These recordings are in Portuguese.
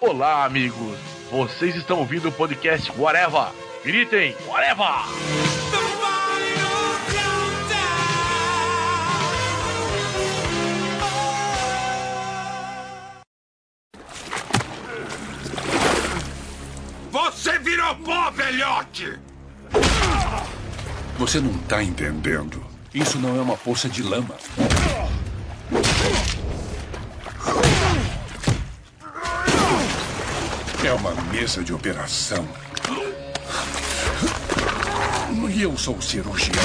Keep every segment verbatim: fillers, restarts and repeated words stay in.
Olá, amigos. Vocês estão ouvindo o podcast Whatever. Gritem, Whatever! Você virou pó, velhote! Você não tá entendendo. Isso não é uma poça de lama. É uma mesa de operação. E eu sou o cirurgião.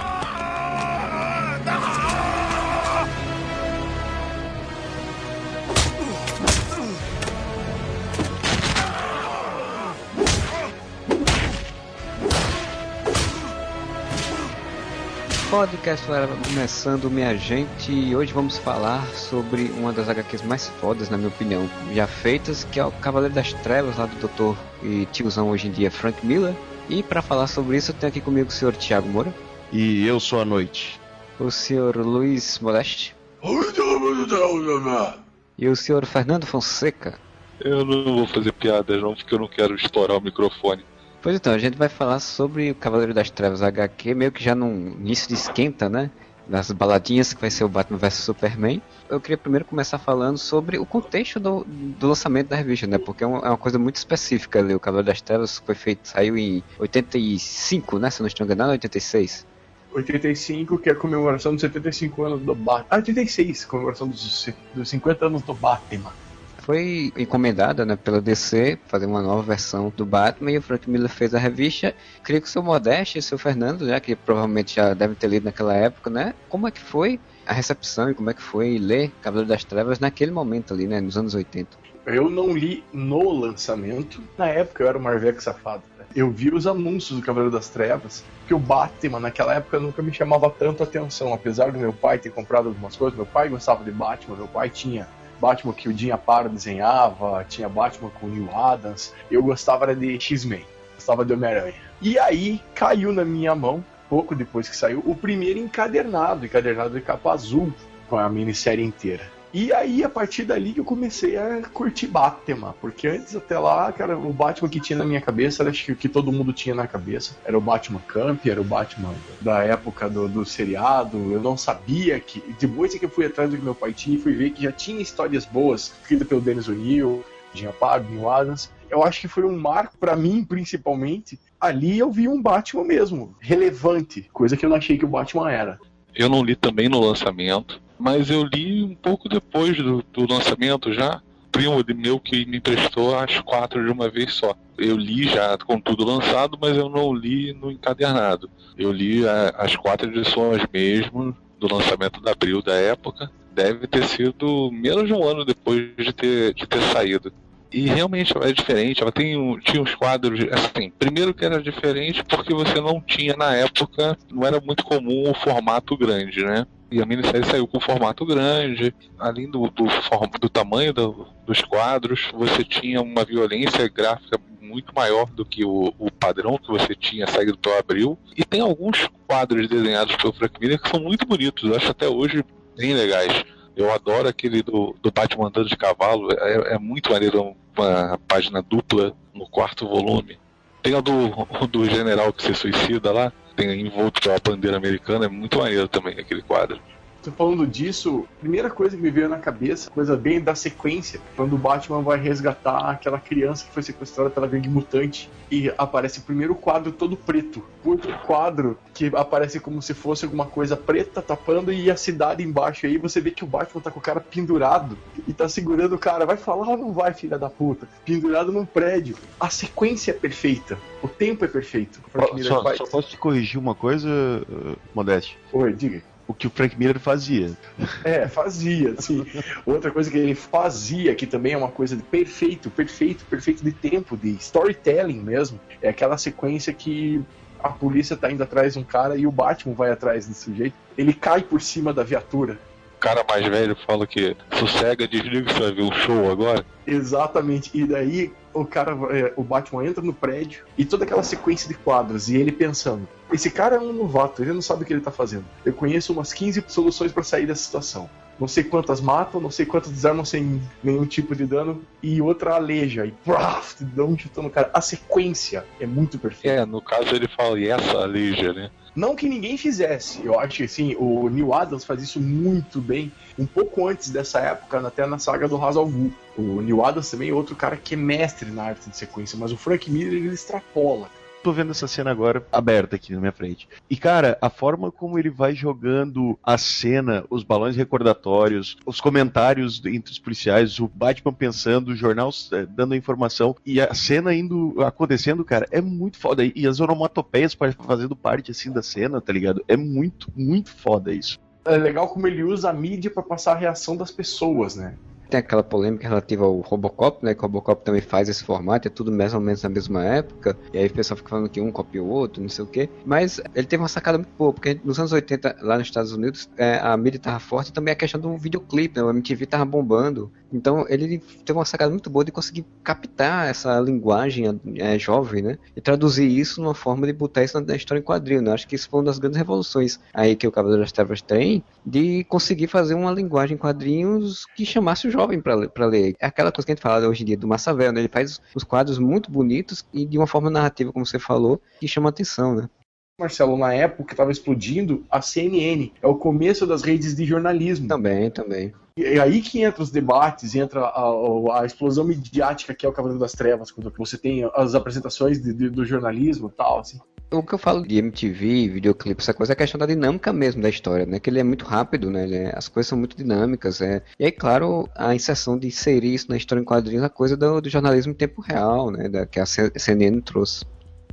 Podcast começando, minha gente, e hoje vamos falar sobre uma das agá quês mais fodas, na minha opinião, já feitas, que é o Cavaleiro das Trevas, lá do doutor e tiozão hoje em dia, Frank Miller. E para falar sobre isso, eu tenho aqui comigo o senhor Thiago Moura. E eu sou a Noite. O senhor Luiz Modeste. E o senhor Fernando Fonseca. Eu não vou fazer piada não, porque eu não quero estourar o microfone. Pois então, a gente vai falar sobre o Cavaleiro das Trevas agá quê, meio que já num início de esquenta, né? Das baladinhas que vai ser o Batman versus Superman. Eu queria primeiro começar falando sobre o contexto do, do lançamento da revista, né? Porque é uma, é uma coisa muito específica ali. O Cavaleiro das Trevas foi feito, saiu em oitenta e cinco, né? Se eu não estou enganado, oitenta e seis. oitenta e cinco, que é a comemoração dos setenta e cinco anos do Batman. Ah, oitenta e seis, comemoração dos, dos cinquenta anos do Batman. Foi encomendada, né, pela dê cê, fazer uma nova versão do Batman, e o Frank Miller fez a revista. Queria que o seu Modeste e o seu Fernando, já que provavelmente já devem ter lido naquela época, né, como é que foi a recepção e como é que foi ler Cavaleiro das Trevas naquele momento ali, né, nos anos oitenta? Eu não li no lançamento. Na época eu era um marveco safado. Né? Eu vi os anúncios do Cavaleiro das Trevas, que o Batman naquela época nunca me chamava tanto atenção, apesar do meu pai ter comprado algumas coisas. Meu pai gostava de Batman, meu pai tinha Batman que o Jim Aparo desenhava, tinha Batman com o Neil Adams. Eu gostava de X-Men, gostava de Homem-Aranha. E aí caiu na minha mão, pouco depois que saiu, o primeiro encadernado, encadernado de capa azul, com a minissérie inteira. E aí, a partir dali que eu comecei a curtir Batman, porque antes, até lá, cara, o Batman que tinha na minha cabeça era acho que o que todo mundo tinha na cabeça. Era o Batman Camp, era o Batman da época do, do seriado. Eu não sabia que... Depois que eu fui atrás do que meu pai tinha e fui ver que já tinha histórias boas, escritas pelo Dennis O'Neil, Jim Aparo, Neil Adams. Eu acho que foi um marco, pra mim, principalmente. Ali eu vi um Batman mesmo, relevante, coisa que eu não achei que o Batman era. Eu não li também no lançamento, mas eu li um pouco depois do, do lançamento já. Primo de meu que me emprestou as quatro de uma vez só. Eu li já com tudo lançado, mas eu não li no encadernado. Eu li a, as quatro edições mesmo do lançamento da Abril da época. Deve ter sido menos de um ano depois de ter, de ter saído. E realmente ela é diferente, ela tem um, tinha uns quadros, assim, primeiro que era diferente porque você não tinha na época, não era muito comum o formato grande, né? E a minissérie saiu com formato grande, além do, do, do tamanho do, dos quadros, você tinha uma violência gráfica muito maior do que o, o padrão que você tinha saído pelo Abril. E tem alguns quadros desenhados pelo Frank Miller que são muito bonitos, eu acho até hoje bem legais. Eu adoro aquele do, do Batman andando de cavalo, é, é muito maneiro, uma página dupla no quarto volume. Tem a do, do general que se suicida lá, tem envolto pela bandeira americana, é muito maneiro também aquele quadro. Tô falando disso, primeira coisa que me veio na cabeça, coisa bem da sequência, quando o Batman vai resgatar aquela criança que foi sequestrada pela gangue mutante e aparece o primeiro quadro todo preto, outro quadro que aparece como se fosse alguma coisa preta tapando e a cidade embaixo, e aí você vê que o Batman tá com o cara pendurado e tá segurando o cara, vai falar ou não vai, filha da puta, pendurado num prédio. A sequência é perfeita, o tempo é perfeito. O só, só posso te corrigir uma coisa, Modeste? Oi, diga. O que o Frank Miller fazia. É, fazia, sim. Outra coisa que ele fazia, que também é uma coisa de perfeito, perfeito, perfeito de tempo, de storytelling mesmo, é aquela sequência que a polícia tá indo atrás de um cara e o Batman vai atrás desse sujeito. Ele cai por cima da viatura. O cara mais velho fala que sossega, desliga, você vai ver o show agora. Exatamente, e daí o cara, o Batman entra no prédio e toda aquela sequência de quadros e ele pensando, esse cara é um novato, ele não sabe o que ele tá fazendo. Eu conheço umas quinze soluções para sair dessa situação. não sei quantas matam, não sei quantas desarmam sem nenhum tipo de dano, e outra aleija, e praf, dá um chutão no cara. A sequência é muito perfeita. É, no caso ele fala, e essa aleija, né? Não que ninguém fizesse, eu acho que assim, o Neil Adams faz isso muito bem, um pouco antes dessa época, até na saga do Ra's al Ghul. O Neil Adams também é outro cara que é mestre na arte de sequência, mas o Frank Miller ele extrapola. Tô vendo essa cena agora aberta aqui na minha frente. E, cara, a forma como ele vai jogando a cena, os balões recordatórios, os comentários entre os policiais, o Batman pensando, o jornal eh, dando a informação, e a cena indo, acontecendo, cara, é muito foda. E as onomatopeias fazendo parte, assim, da cena, tá ligado? É muito, muito foda isso. É legal como ele usa a mídia pra passar a reação das pessoas, né? Tem aquela polêmica relativa ao Robocop, né? Que o Robocop também faz esse formato, é tudo mais ou menos na mesma época. E aí o pessoal fica falando que um copiou o outro, não sei o quê. Mas ele teve uma sacada muito boa, porque nos anos oitenta, lá nos Estados Unidos, é, a mídia tava forte e também a questão do videoclipe, né? O M T V tava bombando. Então ele teve uma sacada muito boa de conseguir captar essa linguagem é, jovem, né? E traduzir isso numa forma de botar isso na história em quadrinho, né? Acho que isso foi uma das grandes revoluções aí que o Cavaleiro das Trevas tem, de conseguir fazer uma linguagem em quadrinhos que chamasse o jovem para ler, pra ler. É aquela coisa que a gente fala hoje em dia do Massavel, né? Ele faz os quadros muito bonitos e de uma forma narrativa, como você falou, que chama atenção, né? Marcelo, na época que estava explodindo, a C N N é o começo das redes de jornalismo. Também, também. E é aí que entra os debates, entra a, a, a explosão midiática que é o Cavaleiro das Trevas, quando você tem as apresentações de, de, do jornalismo e tal, assim. O que eu falo de M T V, videoclipe, essa coisa é a questão da dinâmica mesmo da história, né? Que ele é muito rápido, né? Ele é, as coisas são muito dinâmicas, é. E aí, claro, a inserção de inserir isso na história em quadrinhos, a coisa do, do jornalismo em tempo real, né? Da, que a C N N trouxe.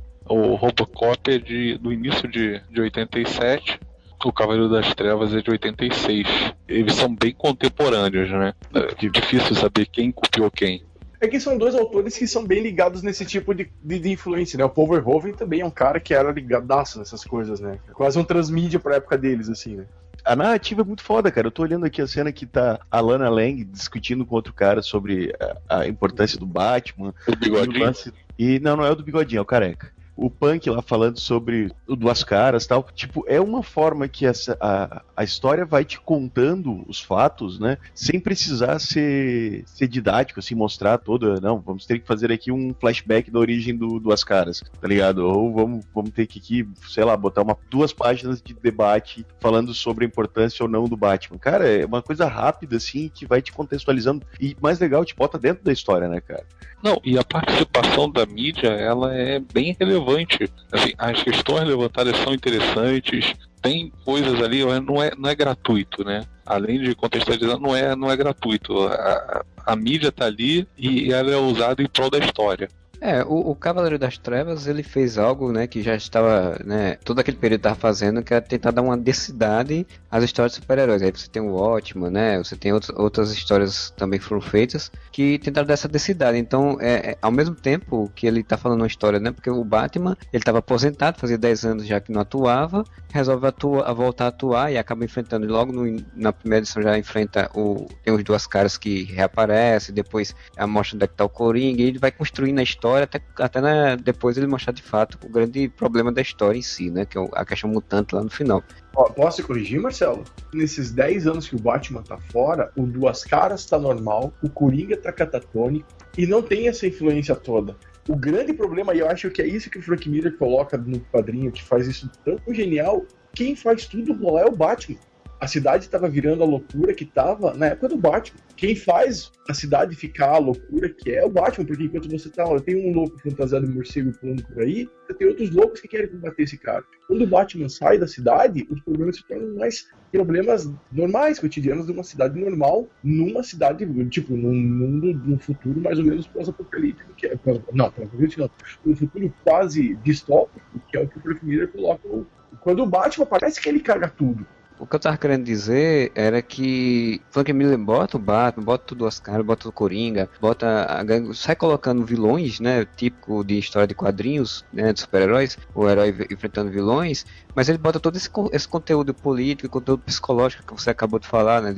O Robocop é de, do início de, de oitenta e sete, o Cavaleiro das Trevas é de oitenta e seis. Eles são bem contemporâneos, né? É difícil saber quem copiou quem. É que são dois autores que são bem ligados nesse tipo de, de, de influência, né? O Paul Verhoeven também é um cara que era ligadaço nessas coisas, né? Quase um transmídia pra época deles, assim, né? A narrativa é muito foda, cara. Eu tô olhando aqui a cena que tá a Lana Lang discutindo com outro cara sobre a, a importância do Batman. O bigodinho? E, e não, não é o do bigodinho, é o careca. O Punk lá falando sobre o Duas Caras e tal. Tipo, é uma forma que essa, a, a história vai te contando os fatos, né? Sem precisar ser, ser didático, assim, mostrar toda. Não, vamos ter que fazer aqui um flashback da origem do Duas Caras, tá ligado? Ou vamos, vamos ter que aqui, sei lá, botar uma, duas páginas de debate falando sobre a importância ou não do Batman. Cara, é uma coisa rápida, assim, que vai te contextualizando. E mais legal, te bota dentro da história, né, cara? Não, e a participação da mídia, ela é bem relevante. Assim, as questões levantadas são interessantes, tem coisas ali, não é, não é gratuito, né? Além de contextualizar, não é, não é gratuito. A, a, a mídia tá ali e ela é usada em prol da história. É, o, o Cavaleiro das Trevas, ele fez algo, né, que já estava, né, todo aquele período estava fazendo, que era tentar dar uma densidade às histórias de super-heróis. Aí você tem o Watchmen, né, você tem outros, outras histórias também que foram feitas, que tentaram dar essa densidade. Então, é, é, ao mesmo tempo que ele está falando uma história, né, porque o Batman, ele estava aposentado, fazia dez anos já que não atuava, resolve atua, voltar a atuar e acaba enfrentando, logo no, na primeira edição já enfrenta o, tem os Duas Caras que reaparecem, depois a mostra onde é que tá o Coringa, e ele vai construindo a história até, até né, depois ele mostrar de fato o grande problema da história em si, né, que é a questão mutante lá no final. Ó, posso te corrigir, Marcelo? Nesses dez anos que o Batman tá fora, o Duas Caras tá normal, o Coringa tá catatônico e não tem essa influência toda. O grande problema, e eu acho que é isso que o Frank Miller coloca no quadrinho, que faz isso tão genial, quem faz tudo rolar é o Batman. A cidade estava virando a loucura que estava na época do Batman. Quem faz a cidade ficar a loucura que é o Batman, porque enquanto você tá, ó, tem um louco fantasiado de morcego pulando por aí, você tem outros loucos que querem combater esse cara. Quando o Batman sai da cidade, os problemas se tornam mais problemas normais, cotidianos de uma cidade normal, numa cidade, tipo, num mundo, num futuro mais ou menos pós-apocalíptico, que é, não, pós-apocalíptico não, num futuro quase distópico, que é o que o Frank Miller coloca. Quando o Batman parece que ele caga tudo. O que eu tava querendo dizer era que Frank Miller bota o Batman, bota tudo Duas Caras, bota o Coringa, bota a gangue, sai colocando vilões, né, típico de história de quadrinhos, né, de super-heróis, o herói enfrentando vilões, mas ele bota todo esse, esse conteúdo político, conteúdo psicológico que você acabou de falar, né, de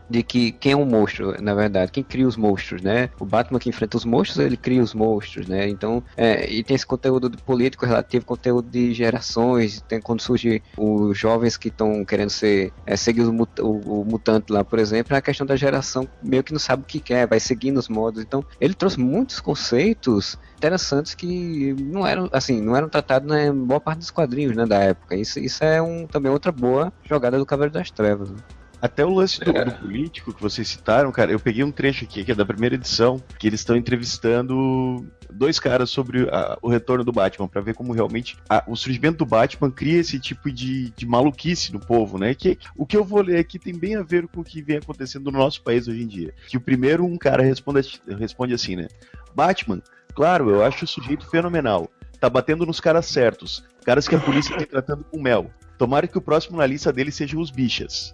de que quem é um monstro, na verdade, quem cria os monstros, né? O Batman que enfrenta os monstros, ele cria os monstros, né? Então, é, e tem esse conteúdo de político relativo, conteúdo de gerações, tem quando surge os jovens que estão querendo ser, é, seguir o, o, o mutante lá, por exemplo, é a questão da geração meio que não sabe o que quer, vai seguindo os modos. Então, ele trouxe muitos conceitos interessantes que não eram, assim, não eram tratados na boa parte dos quadrinhos, né, da época. Isso, isso é um, também outra boa jogada do Cavaleiro das Trevas, né? Até o lance do, do político que vocês citaram, cara, eu peguei um trecho aqui, que é da primeira edição, que eles estão entrevistando dois caras sobre a, o retorno do Batman, pra ver como realmente a, o surgimento do Batman cria esse tipo de, de maluquice no povo, né? Que o que eu vou ler aqui tem bem a ver com o que vem acontecendo no nosso país hoje em dia. Que o primeiro, um cara responde, responde assim, né? Batman, claro, eu acho o sujeito fenomenal. Tá batendo nos caras certos. Caras que a polícia tá tratando com mel. Tomara que o próximo na lista dele seja os bichas.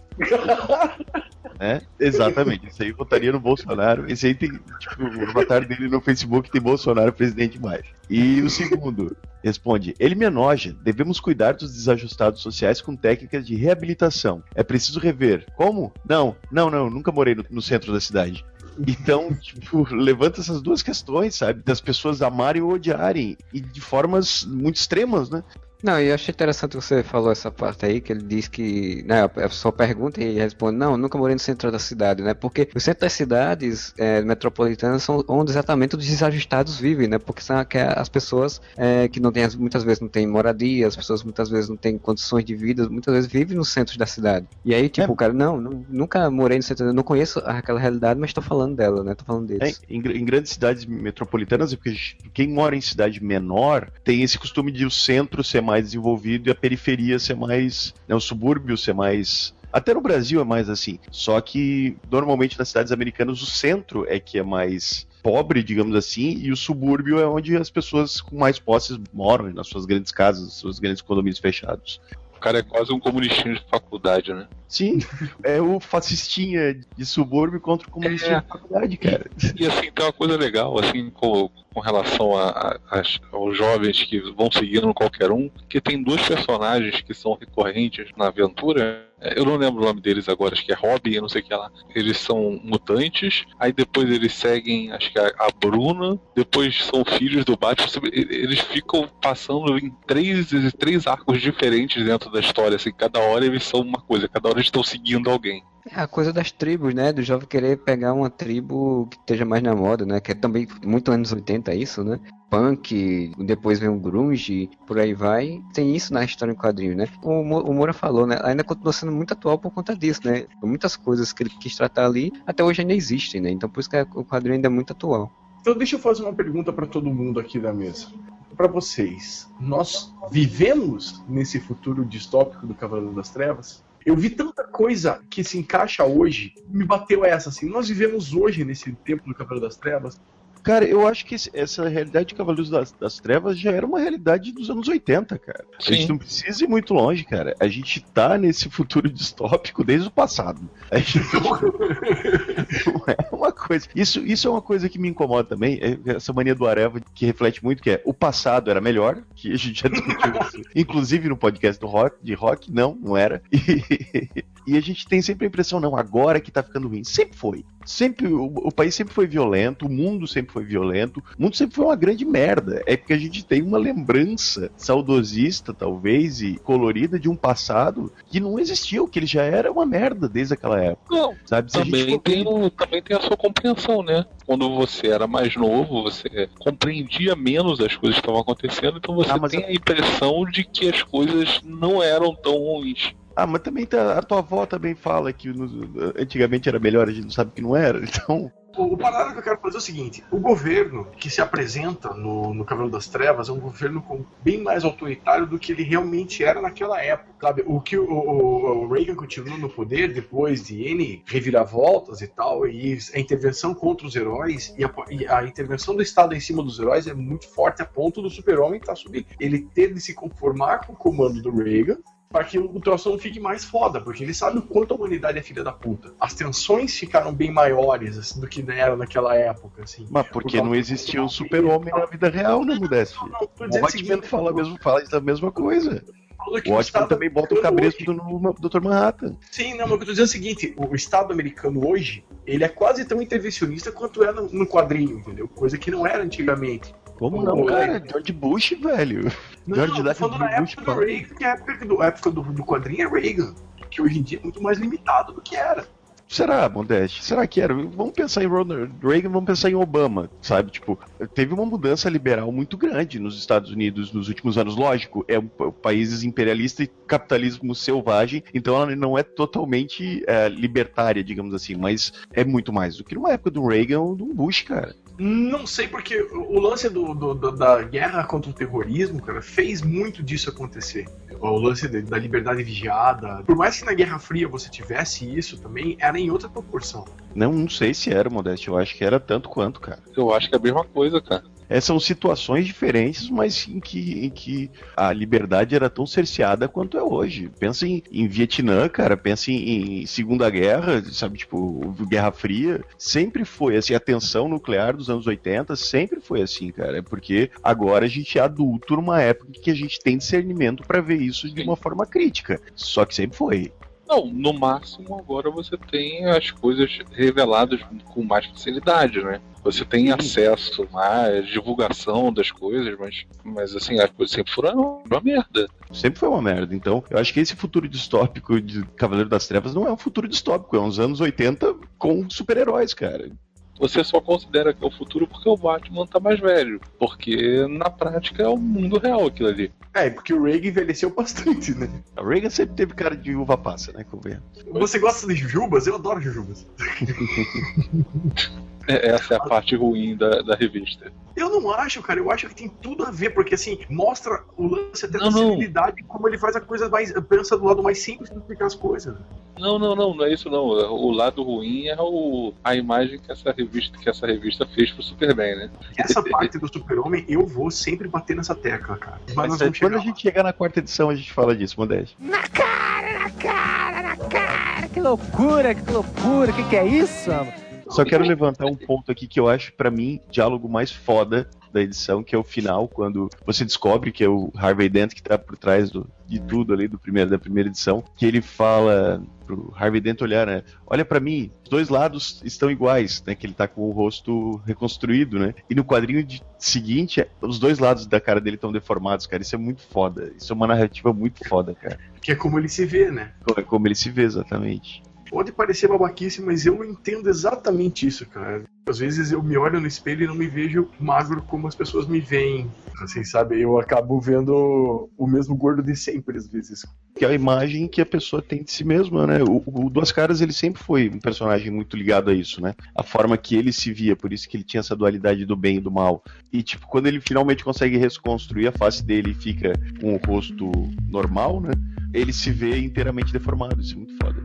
É, exatamente. Isso aí votaria no Bolsonaro. Esse aí tem, tipo, o avatar dele no Facebook tem Bolsonaro presidente mais. E o segundo responde: ele me enoja. Devemos cuidar dos desajustados sociais com técnicas de reabilitação. É preciso rever. Como? Não, não, não. Nunca morei no, no centro da cidade. Então, tipo, levanta essas duas questões, sabe? Das pessoas amarem ou odiarem. E de formas muito extremas, né? Não, e eu achei interessante que você falou essa parte aí, que ele diz que, né, a pessoa pergunta e responde, não, nunca morei no centro da cidade, né, porque o centro das cidades é, metropolitanas são onde exatamente os desajustados vivem, né, porque são as pessoas é, que não têm, muitas vezes não têm moradia, as pessoas muitas vezes não têm condições de vida, muitas vezes vivem no centro da cidade. E aí, tipo, é. o cara, não, não, nunca morei no centro, não conheço aquela realidade, mas estou falando dela, né, tô falando deles. É, em, em grandes cidades metropolitanas, porque quem mora em cidade menor tem esse costume de o centro ser mais desenvolvido e a periferia ser mais, né, o subúrbio ser mais, até no Brasil é mais assim, só que normalmente nas cidades americanas o centro é que é mais pobre, digamos assim, e o subúrbio é onde as pessoas com mais posses moram, nas suas grandes casas, nos seus grandes condomínios fechados. O cara é quase um comunistinho de faculdade, né? Sim, é o fascistinha de subúrbio contra o comunistinha é. de faculdade, cara. E assim, tem uma coisa legal, assim, com, com relação a, a, a, aos jovens que vão seguindo qualquer um, que tem dois personagens que são recorrentes na aventura. Eu não lembro o nome deles agora, acho que é Robin, eu não sei o que lá. Eles são mutantes, aí depois eles seguem, acho que a, a Bruna, depois são filhos do Batman. Eles ficam passando em três, três arcos diferentes dentro da história, assim, cada hora eles são uma coisa, cada hora eles estão seguindo alguém. É a coisa das tribos, né? Do jovem querer pegar uma tribo que esteja mais na moda, né? Que é também muito anos oitenta isso, né? Punk, depois vem o grunge, por aí vai. Tem isso na história em quadrinhos, né? O, o Moura falou, né? Ainda continua sendo muito atual por conta disso, né? Muitas coisas que ele quis tratar ali, até hoje ainda existem, né? Então por isso que o quadrinho ainda é muito atual. Então deixa eu fazer uma pergunta para todo mundo aqui da mesa. Para vocês, nós vivemos nesse futuro distópico do Cavaleiro das Trevas? Eu vi tanta coisa que se encaixa hoje, me bateu essa, assim, nós vivemos hoje nesse tempo do Cavaleiro das Trevas? Cara, eu acho que essa realidade de Cavaleiros das, das Trevas já era uma realidade dos anos oitenta, cara. Sim. A gente não precisa ir muito longe, cara. A gente tá nesse futuro distópico desde o passado. A gente... não é uma coisa... Isso, isso é uma coisa que me incomoda também, essa mania do Areva que reflete muito, que é o passado era melhor, que a gente já discutiu isso, inclusive no podcast do rock, de rock, não, não era. E, e a gente tem sempre a impressão, não, agora que tá ficando ruim. Sempre foi. Sempre, o, o país sempre foi violento, o mundo sempre foi violento, o mundo sempre foi uma grande merda. É porque a gente tem uma lembrança saudosista, talvez, e colorida de um passado que não existiu, que ele já era uma merda desde aquela época. Não, sabe? Se também, a gente... tem, também tem a sua compreensão, né? Quando você era mais novo, você compreendia menos as coisas que estavam acontecendo, então você ah, tem a... a impressão de que as coisas não eram tão ruins. Ah, mas também tá, a tua avó também fala que no, antigamente era melhor, a gente não sabe que não era, então... O, o parada que eu quero fazer é o seguinte, o governo que se apresenta no, no Cavaleiro das Trevas é um governo com, bem mais autoritário do que ele realmente era naquela época, sabe? O que o, o, o Reagan continua no poder depois de N reviravoltas e tal, e a intervenção contra os heróis, e a, e a intervenção do Estado em cima dos heróis é muito forte a ponto do Super-Homem tá subindo. Ele ter de se conformar com o comando do Reagan, para que o troço não fique mais foda, porque ele sabe o quanto a humanidade é filha da puta. As tensões ficaram bem maiores assim, do que eram naquela época, assim. Mas porque por não existia o super-homem na vida real, né, Modeste? O Batman fala, mesmo, fala a mesma coisa. falando que O o Watchmen Estado também bota o americano cabresto hoje- no doutor Manhattan. Sim, não, mas o que eu tô dizendo é o seguinte, o Estado americano hoje, ele é quase tão intervencionista quanto é no, no quadrinho, entendeu? Coisa que não era antigamente. Como O- não, o- cara? George Bush, velho. Não, George eu tô W. falando na Bush, época do pai. Reagan, que a época do, a época do, do quadrinho é Reagan, que hoje em dia é muito mais limitado do que era. Será, Modeste? Será que era? Vamos pensar em Ronald Reagan, vamos pensar em Obama, sabe? Tipo, teve uma mudança liberal muito grande nos Estados Unidos nos últimos anos. Lógico, é um pa- país imperialista e capitalismo selvagem, então ela não é totalmente é, libertária, digamos assim, mas é muito mais do que numa época do Reagan ou do Bush, cara. Não sei, porque o lance do, do- do- da guerra contra o terrorismo, cara, fez muito disso acontecer. O lance de- da liberdade vigiada. Por mais que na Guerra Fria você tivesse isso também, era em outra proporção. Não, não sei se era, Modeste, eu acho que era tanto quanto, cara. Eu acho que é a mesma coisa, cara. É, são situações diferentes, mas em que, em que a liberdade era tão cerceada quanto é hoje. Pensa em, em Vietnã, cara, pensa em, em Segunda Guerra, sabe, tipo, Guerra Fria. Sempre foi assim, a tensão nuclear dos anos oitenta sempre foi assim, cara. Porque agora a gente é adulto numa época em que a gente tem discernimento pra ver isso de Sim. uma forma crítica. Só que sempre foi. Não, no máximo agora você tem as coisas reveladas com mais facilidade, né? Você tem acesso à divulgação das coisas, mas, mas assim, as coisas sempre foram uma merda. Sempre foi uma merda. Então, eu acho que esse futuro distópico de Cavaleiro das Trevas não é um futuro distópico, é uns anos oitenta com super-heróis, cara. Você só considera que é o futuro porque o Batman tá mais velho. Porque na prática é o mundo real aquilo ali. É, porque o Reagan envelheceu bastante, né? A Reagan sempre teve cara de uva passa, né? Convenha. Você gosta de jujubas? Eu adoro jujubas. É, essa é a parte ruim da, da revista. Eu não acho, cara. Eu acho que tem tudo a ver, porque assim, mostra o lance até Não, da não. civilidade, como ele faz a coisa mais. Pensa do lado mais simples de explicar as coisas. Não, não, não, não é isso não. O lado ruim é o, a imagem que essa revista, que essa revista fez pro Superman, né? Essa parte do Super-Homem, eu vou sempre bater nessa tecla, cara. Mas nós Mas vamos quando chegar a gente chegar na quarta edição, a gente fala disso, Modeste. Que loucura, que loucura, que que é isso, mano? Só quero levantar um ponto aqui que eu acho, pra mim, o diálogo mais foda da edição, que é o final, quando você descobre que é o Harvey Dent que tá por trás do, de tudo ali do primeiro, da primeira edição, que ele fala pro Harvey Dent olhar, né? Olha pra mim, os dois lados estão iguais, né? Que ele tá com o rosto reconstruído, né? E no quadrinho de, seguinte, os dois lados da cara dele estão deformados, cara. Isso é muito foda. Isso é uma narrativa muito foda, cara. Que é como ele se vê, né? É como ele se vê exatamente. Pode parecer babaquice, mas eu entendo exatamente isso, cara. Às vezes eu me olho no espelho e não me vejo magro como as pessoas me veem. Assim, sabe? Eu acabo vendo o mesmo gordo de sempre, às vezes. Que é a imagem que a pessoa tem de si mesma, né? O, o Duas Caras, ele sempre foi um personagem muito ligado a isso, né? A forma que ele se via, por isso que ele tinha essa dualidade do bem e do mal. E, tipo, quando ele finalmente consegue reconstruir a face dele e fica com o rosto normal, né? Ele se vê inteiramente deformado. Isso é muito foda.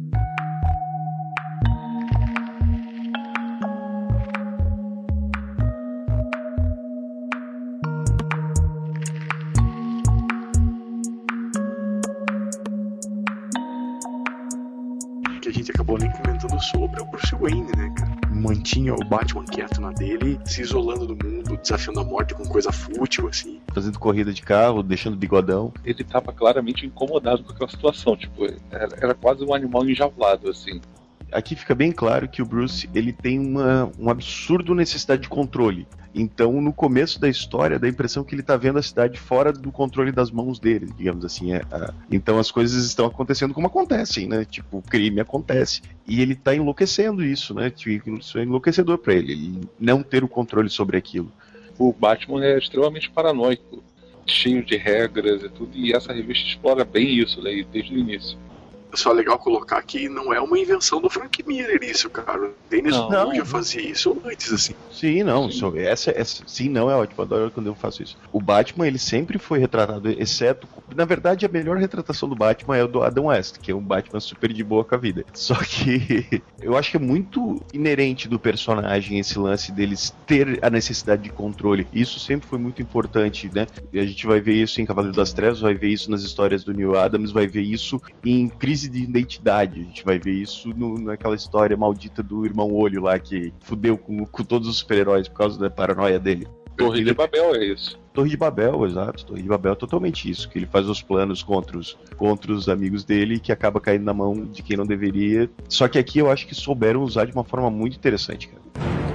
Que a gente acabou nem comentando sobre é o Bruce Wayne, né, cara? Mantinha o Batman quieto na dele, se isolando do mundo, desafiando a morte com coisa fútil, assim. Fazendo corrida de carro, deixando bigodão. Ele tava claramente incomodado com aquela situação, tipo, era, era quase um animal enjaulado, assim. Aqui fica bem claro que o Bruce, ele tem uma, um absurdo necessidade de controle. Então, no começo da história, dá a impressão que ele tá vendo a cidade fora do controle das mãos dele, digamos assim. É, a... Então as coisas estão acontecendo como acontecem, né? Tipo, o crime acontece. E ele tá enlouquecendo isso, né? Tipo, isso é enlouquecedor pra ele, ele não ter o controle sobre aquilo. O Batman é extremamente paranoico, cheio de regras e tudo, e essa revista explora bem isso, né, desde o início. Só legal colocar que não é uma invenção do Frank Miller isso, cara. O Dennis Wu já fazia isso antes, assim. Sim, não, Sim. Isso, essa, essa, sim, não é ótimo, eu adoro quando eu faço isso. O Batman, ele sempre foi retratado, exceto, na verdade, a melhor retratação do Batman é o do Adam West, que é um Batman super de boa com a vida. Só que eu acho que é muito inerente do personagem esse lance deles ter a necessidade de controle. Isso sempre foi muito importante, né? E a gente vai ver isso em Cavaleiro das Trevas, vai ver isso nas histórias do Neil Adams, vai ver isso em Crise de Identidade. A gente vai ver isso no, naquela história maldita do Irmão Olho lá, que fudeu com, com todos os super-heróis por causa da paranoia dele. Torre de Babel é isso. Torre de Babel, exato. Torre de Babel é totalmente isso. Que ele faz os planos contra os, contra os amigos dele, que acaba caindo na mão de quem não deveria. Só que aqui eu acho que souberam usar de uma forma muito interessante, cara.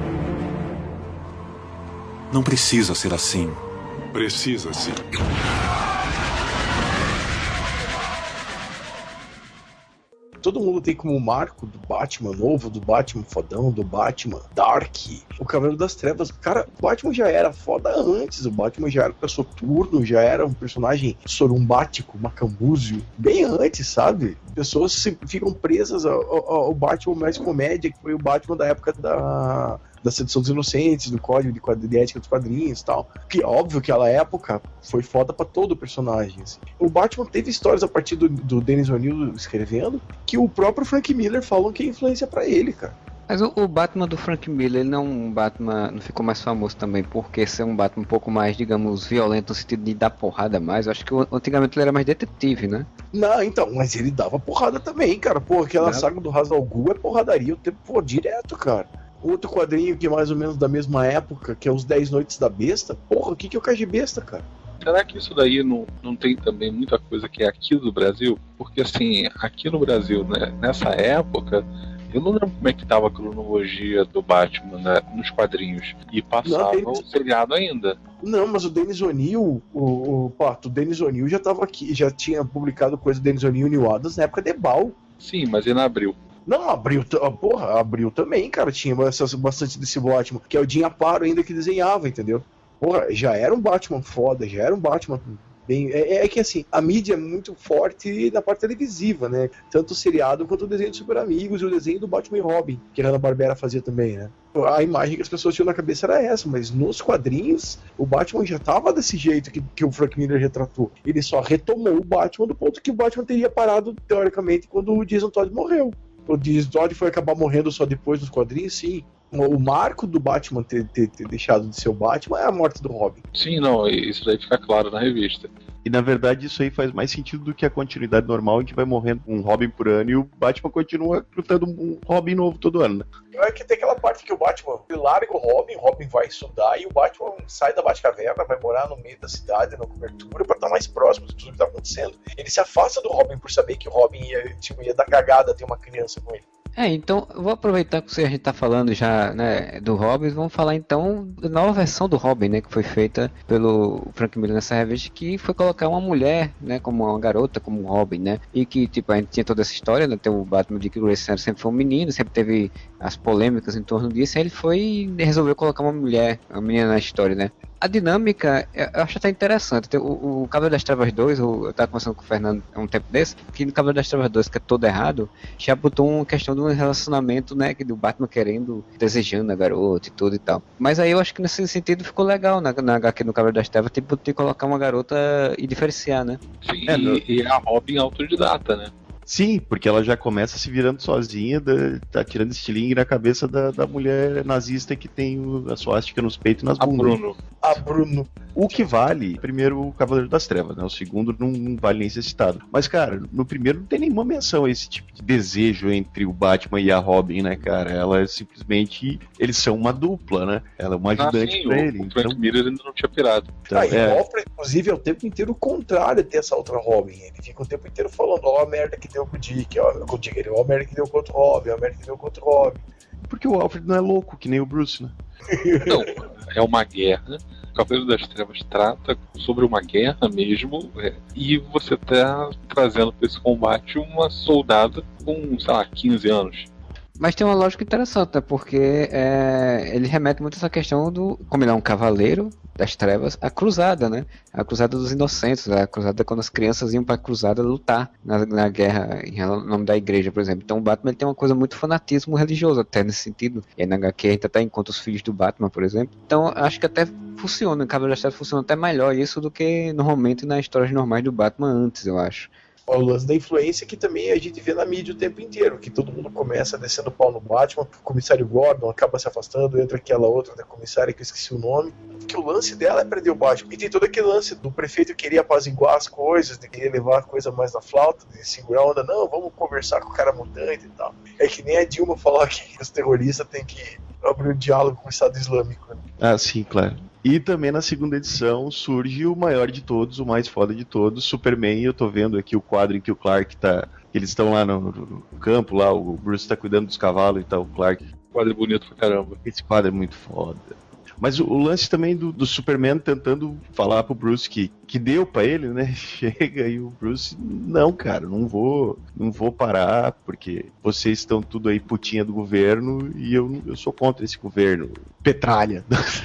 Não precisa ser assim. Precisa sim. Todo mundo tem como marco do Batman novo, do Batman fodão, do Batman Dark, o Cavaleiro das Trevas. Cara, o Batman já era foda antes, o Batman já era soturno, já era um personagem sorumbático, macambúzio, bem antes, sabe? Pessoas se, ficam presas ao, ao, ao Batman mais comédia, que foi o Batman da época da... da Sedução dos Inocentes, do Código de, quadr... de Ética dos Quadrinhos e tal. Que óbvio que aquela época foi foda pra todo o personagem. Assim. O Batman teve histórias a partir do, do Dennis O'Neil escrevendo, que o próprio Frank Miller falam que é influência pra ele, cara. Mas o, o Batman do Frank Miller, ele não um Batman, não ficou mais famoso também porque ser um Batman um pouco mais, digamos, violento no sentido de dar porrada mais. Eu acho que antigamente ele era mais detetive, né? Não, então, mas ele dava porrada também, cara. Pô, aquela não. saga do Ra's al Ghul é porradaria o tempo, pô, direto, cara. Outro quadrinho que é mais ou menos da mesma época, que é os dez Noites da Besta. Porra, o que, que é o Cage Besta, cara? Será que isso daí não, não tem também muita coisa que é aqui do Brasil? Porque assim, aqui no Brasil, né, nessa época, eu não lembro como é que tava a cronologia do Batman, né, nos quadrinhos. E passava não, Dennis... o seriado ainda. Não, mas o Dennis O'Neil, o, o Pato, o Dennis O'Neil já tava aqui, já tinha publicado coisa do Dennis O'Neil e Neil Adams na época de Bal. Sim, mas ele abriu. Não, abriu, porra, abriu também, cara, tinha bastante desse Batman, que é o Jim Aparo ainda que desenhava, entendeu? Porra, já era um Batman foda, já era um Batman bem... É, é que assim, a mídia é muito forte na parte televisiva, né? Tanto o seriado quanto o desenho de Super Amigos e o desenho do Batman e Robin, que a Hanna-Barbera fazia também, né? A imagem que as pessoas tinham na cabeça era essa, mas nos quadrinhos, o Batman já tava desse jeito que, que o Frank Miller retratou. Ele só retomou o Batman do ponto que o Batman teria parado, teoricamente, quando o Jason Todd morreu. O Jason Todd foi acabar morrendo só depois dos quadrinhos, sim. O marco do Batman ter, ter, ter deixado de ser o Batman é a morte do Robin. Sim, não, isso daí fica claro na revista. E na verdade isso aí faz mais sentido do que a continuidade normal em que vai morrendo um Robin por ano e o Batman continua lutando um Robin novo todo ano, né? É que tem aquela parte que o Batman larga o Robin, o Robin vai estudar e o Batman sai da Batcaverna, vai morar no meio da cidade, na cobertura, pra estar mais próximo de tudo que tá acontecendo. Ele se afasta do Robin por saber que o Robin ia, tipo, ia dar cagada ter uma criança com ele. É, então, eu vou aproveitar que a gente tá falando já, né, do Robin, vamos falar então da nova versão do Robin, né, que foi feita pelo Frank Miller nessa revista, que foi colocar uma mulher, né, como uma garota, como um Robin, né, e que, tipo, a gente tinha toda essa história, né, tem o Batman de que o Grayson sempre foi um menino, sempre teve as polêmicas em torno disso, aí ele foi e resolveu colocar uma mulher, uma menina na história, né. A dinâmica, eu acho até interessante. O, o Cavaleiro das Trevas dois, eu estava conversando com o Fernando há um tempo desse, que no Cavaleiro das Trevas dois, que é todo errado, já botou uma questão de um relacionamento, né, do Batman querendo, desejando a garota e tudo e tal. Mas aí eu acho que nesse sentido ficou legal na, na H Q no Cavaleiro das Trevas, tipo, de colocar uma garota e diferenciar, né? Sim, é, no... e a Robin autodidata, né? Sim, porque ela já começa se virando sozinha, da, tá tirando estilingue na cabeça da, da mulher nazista que tem o, a suástica nos peitos e nas bundas. A Bruno. A Bruno. O que vale, primeiro, o Cavaleiro das Trevas, né? O segundo não, não vale nem ser citado. Mas, cara, no primeiro não tem nenhuma menção a esse tipo de desejo entre o Batman e a Robin, né, cara? Ela é simplesmente... Eles são uma dupla, né? Ela é uma ajudante ah, sim, pra o, ele. O Frank então... Miller ainda não tinha pirado. Então, ah, é... E mostra, inclusive, é o tempo inteiro o contrário de ter essa outra Robin. Ele fica o tempo inteiro falando, ó, a merda que deu com o Dick, ó, com o Dick, ó, a merda que deu contra o Robin, ó, a merda que deu contra o Robin. Porque o Alfred não é louco, que nem o Bruce, né? Não, é uma guerra. O Cavaleiro das Trevas trata sobre uma guerra mesmo, é, e você tá trazendo para esse combate uma soldada com, sei lá, quinze anos. Mas tem uma lógica interessante, né? Porque é, ele remete muito a essa questão do... Como ele é um cavaleiro das trevas, a cruzada, né? A cruzada dos inocentes, a cruzada quando as crianças iam pra cruzada lutar na, na guerra em nome da igreja, por exemplo. Então o Batman ele tem uma coisa muito fanatismo religioso até nesse sentido. E aí na H Q a gente até encontra os filhos do Batman, por exemplo. Então acho que até funciona, o Cavaleiro das Trevas funciona até melhor isso do que normalmente nas histórias normais do Batman antes, eu acho. O lance da influência que também a gente vê na mídia o tempo inteiro, que todo mundo começa descendo o pau no Batman, o comissário Gordon acaba se afastando, entra aquela outra da comissária que eu esqueci o nome, que o lance dela é prender o Batman. E tem todo aquele lance do prefeito que queria apaziguar as coisas, de querer levar a coisa mais na flauta, de segurar a onda, não, vamos conversar com o cara mutante e tal. É que nem a Dilma falar que os terroristas têm que abrir um diálogo com o Estado Islâmico. Né? Ah, sim, claro. E também na segunda edição surge o maior de todos, o mais foda de todos, Superman. Eu tô vendo aqui o quadro em que o Clark tá... Eles estão lá no, no campo, lá o Bruce tá cuidando dos cavalos e tal, o Clark. Quadro bonito pra caramba. Esse quadro é muito foda. Mas o, o lance também do, do Superman tentando falar pro Bruce que, que deu pra ele, né? Chega e o Bruce, não, cara, não vou, não vou parar, porque vocês estão tudo aí putinha do governo e eu, eu sou contra esse governo. Petralha.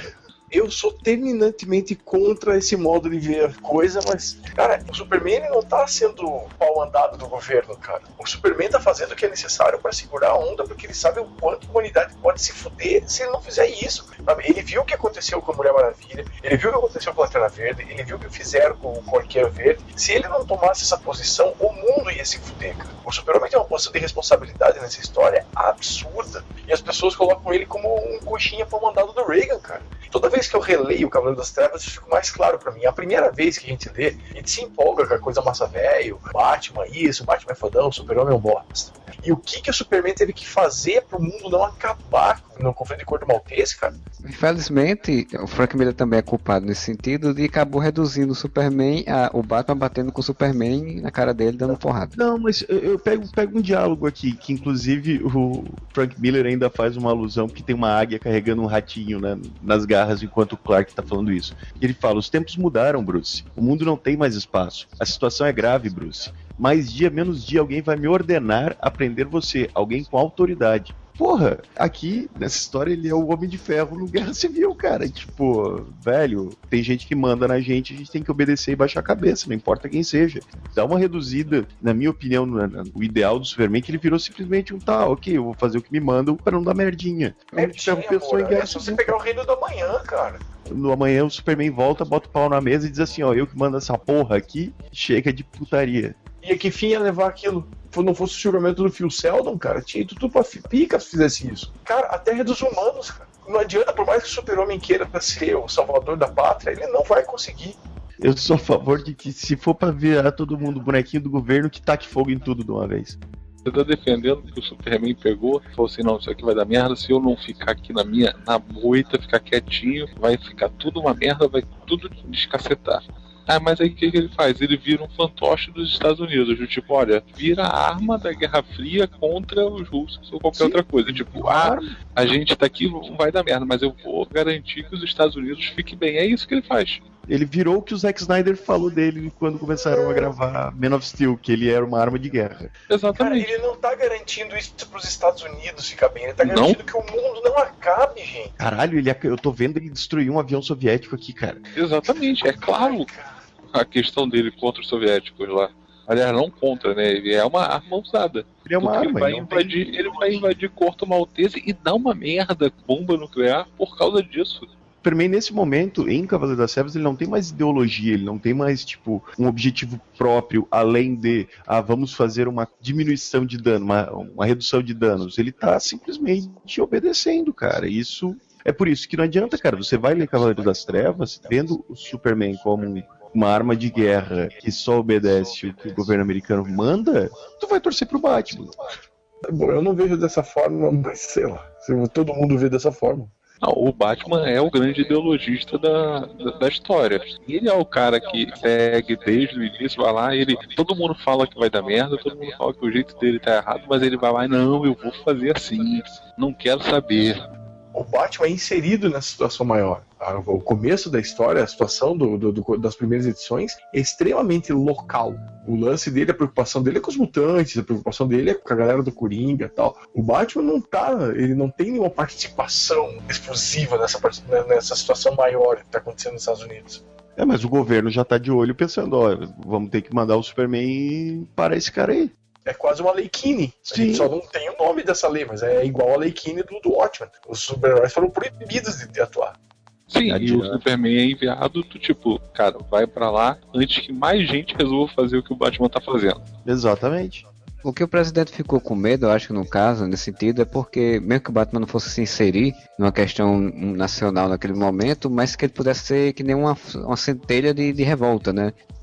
Eu sou terminantemente contra esse modo de ver a coisa, mas, cara, o Superman ele não tá sendo pau andado do governo, cara. O Superman tá fazendo o que é necessário para segurar a onda, porque ele sabe o quanto a humanidade pode se fuder se ele não fizer isso. Sabe? Ele viu o que aconteceu com a Mulher Maravilha, ele viu o que aconteceu com a Lanterna Verde, ele viu o que fizeram com o Arqueiro Verde. Se ele não tomasse essa posição, o mundo ia se fuder, cara. O Superman tem uma posição de responsabilidade nessa história absurda. E as pessoas colocam ele como um coxinha pau andado do Reagan, cara. Toda vez que eu releio o Cavaleiro das Trevas, isso fica mais claro pra mim. A primeira vez que a gente lê, a gente se empolga com a coisa massa velho, Batman, isso, Batman é fodão, Super-Homem é um bosta. E o que, que o Superman teve que fazer pro mundo não acabar no conflito de Corto Maltese, cara? Infelizmente, o Frank Miller também é culpado nesse sentido de acabou reduzindo o Superman, a, o Batman batendo com o Superman na cara dele, dando porrada. Não, mas eu, eu pego, pego um diálogo aqui, que inclusive o Frank Miller ainda faz uma alusão, porque tem uma águia carregando um ratinho, né, nas garras enquanto o Clark tá falando isso. E ele fala, os tempos mudaram, Bruce. O mundo não tem mais espaço. A situação é grave, Bruce. Mais dia, menos dia, alguém vai me ordenar a prender você. Alguém com autoridade. Porra, aqui, nessa história, ele é o Homem de Ferro no Guerra Civil, cara. Tipo, velho, tem gente que manda na gente, a gente tem que obedecer e baixar a cabeça, não importa quem seja. Dá uma reduzida, na minha opinião, no, no, o ideal do Superman, que ele virou simplesmente um, tá, ok, eu vou fazer o que me mandam pra não dar merdinha. Merdinha, amor, em Guerra é só você pegar o Reino do Amanhã, cara. No amanhã o Superman volta, bota o pau na mesa e diz assim, ó, eu que mando essa porra aqui, chega de putaria. E a que fim ia levar aquilo? Se não fosse o julgamento do Phil Seldon, cara, tinha ido tudo pra pica se fizesse isso. Cara, a Terra é dos humanos, cara. Não adianta, por mais que o Super-Homem queira ser o salvador da pátria, ele não vai conseguir. Eu sou a favor de que, se for pra virar todo mundo bonequinho do governo, que taque fogo em tudo de uma vez. Você tá defendendo que o Superman pegou, falou assim, não, isso aqui vai dar merda, se eu não ficar aqui na minha, na moita, ficar quietinho, vai ficar tudo uma merda, vai tudo descacetar. Ah, mas aí o que, que ele faz? Ele vira um fantoche dos Estados Unidos, do tipo, olha, vira a arma da Guerra Fria contra os russos ou qualquer Sim. outra coisa. Tipo, ah, a gente tá aqui, não vai dar merda, mas eu vou garantir que os Estados Unidos fiquem bem. É isso que ele faz. Ele virou o que o Zack Snyder falou dele quando começaram a gravar Man of Steel, que ele era uma arma de guerra. Exatamente. Cara, ele não tá garantindo isso pros Estados Unidos ficar bem, ele tá garantindo não? que o mundo não acabe, gente. Caralho, ele, eu tô vendo ele destruir um avião soviético aqui, cara. Exatamente, é claro. A questão dele contra os soviéticos lá. Aliás, não contra, né? Ele é uma arma usada. Ele é uma arma. Ele vai, invadir, tem... ele vai invadir Corto Maltese e dar uma merda, bomba nuclear, por causa disso. Superman, nesse momento, em Cavaleiro das Trevas, ele não tem mais ideologia, ele não tem mais, tipo, um objetivo próprio, além de, ah, vamos fazer uma diminuição de dano, uma, uma redução de danos. Ele tá simplesmente obedecendo, cara. Isso é por isso que não adianta, cara. Você vai ler Cavaleiro das Trevas, vendo o Superman como um uma arma de guerra que só obedece o que o governo americano manda, tu vai torcer pro Batman. Bom, eu não vejo dessa forma, mas sei lá, todo mundo vê dessa forma. Não, o Batman é o grande ideologista da, da, da história. Ele é o cara que segue desde o início, vai lá, ele, todo mundo fala que vai dar merda, todo mundo fala que o jeito dele tá errado, mas ele vai lá e não, eu vou fazer assim, não quero saber. O Batman é inserido nessa situação maior. O começo da história, a situação do, do, do, das primeiras edições é extremamente local. O lance dele, a preocupação dele é com os mutantes, a preocupação dele é com a galera do Coringa e tal. O Batman não tá, ele não tem nenhuma participação exclusiva nessa, nessa situação maior que tá acontecendo nos Estados Unidos. É, mas o governo já tá de olho pensando, ó, vamos ter que mandar o Superman para esse cara aí. É quase uma lei Keane. A gente só não tem o nome dessa lei, mas é igual a lei Keane do, do Watchmen. Os super-heróis foram proibidos de, de atuar. Sim, e o Superman é enviado do tipo, cara, vai pra lá antes que mais gente resolva fazer o que o Batman tá fazendo. Exatamente. O que o presidente ficou com medo, eu acho que no caso, nesse sentido, é porque, mesmo que o Batman não fosse se inserir numa questão nacional naquele momento, mas que ele pudesse ser que nem uma, uma centelha de, de revolta, né?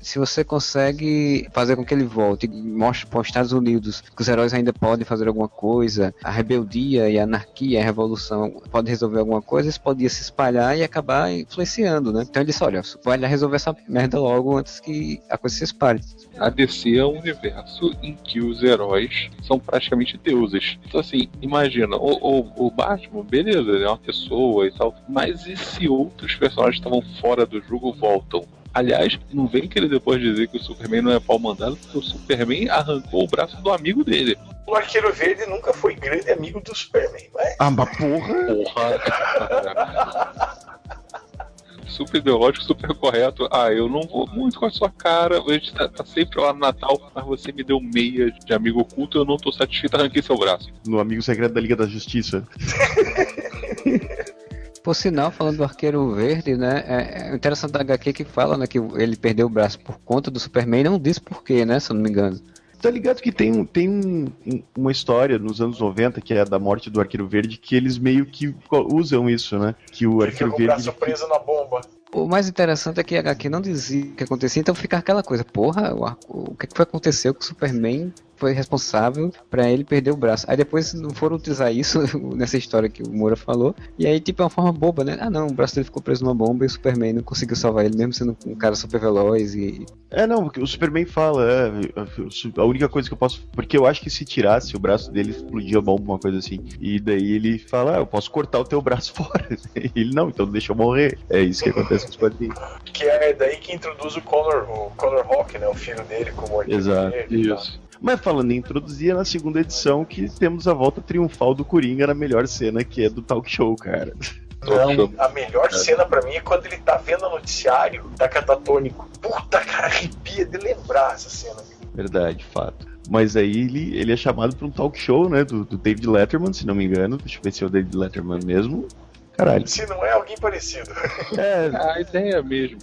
se você consegue fazer com que ele volte, mostre para os Estados Unidos que os heróis ainda podem fazer alguma coisa, a rebeldia e a anarquia, a revolução podem resolver alguma coisa, isso podia se espalhar e acabar influenciando, né? Então ele disse, olha, vai lá resolver essa merda logo antes que a coisa se espalhe. A D C é um universo em que os heróis são praticamente deuses. Então assim, imagina, o, o, o Batman, beleza, ele é uma pessoa e tal, mas e se outros personagens que estavam fora do jogo voltam? Aliás, não vem querer depois dizer que o Superman não é pau mandado, porque o Superman arrancou o braço do amigo dele. O Arqueiro Verde nunca foi grande amigo do Superman, mas... Ah, mas porra! Porra! Super ideológico, super correto. Ah, eu não vou muito com a sua cara, a gente tá, tá sempre lá no Natal, mas você me deu meia de amigo oculto, eu não tô satisfeito, arranquei seu braço. No Amigo Secreto da Liga da Justiça. Por sinal, falando do Arqueiro Verde, né, é, é interessante da agá quê que fala, né, que ele perdeu o braço por conta do Superman, não diz por quê, né, se eu não me engano. Tá ligado que tem, tem um, uma história nos anos noventa, que é a da morte do Arqueiro Verde, que eles meio que usam isso, né, que o Ele Arqueiro fica com o Verde... braço preso na bomba. O mais interessante é que a agá quê não dizia o que acontecia, então fica aquela coisa, porra, o, o que foi aconteceu que o Superman foi responsável pra ele perder o braço. Aí depois não foram utilizar isso nessa história que o Moura falou, e aí tipo é uma forma boba, né? Ah não, o braço dele ficou preso numa bomba e o Superman não conseguiu salvar ele, mesmo sendo um cara super veloz e... É, não, o Superman fala, é, a única coisa que eu posso... Porque eu acho que se tirasse o braço dele, explodia a bomba, uma coisa assim. E daí ele fala, ah, eu posso cortar o teu braço fora. E ele, não, então deixa eu morrer. É isso que acontece com os quadrinhos. Que é daí que introduz o Connor, o Connor Hawke, né? O filho dele como Arqueiro Exato, Verde. Isso. Mas falando em introduzir, é na segunda edição que temos a volta triunfal do Coringa na melhor cena, que é do talk show, cara. Não, a melhor cena pra mim é quando ele tá vendo o noticiário da Catatônico. Puta, cara, arrepia de lembrar essa cena. Verdade, fato. Mas aí ele, ele é chamado pra um talk show, né, do, do David Letterman, se não me engano. Deixa eu ver se é o David Letterman mesmo. Caralho. Se não é alguém parecido. É, A ideia é a mesma.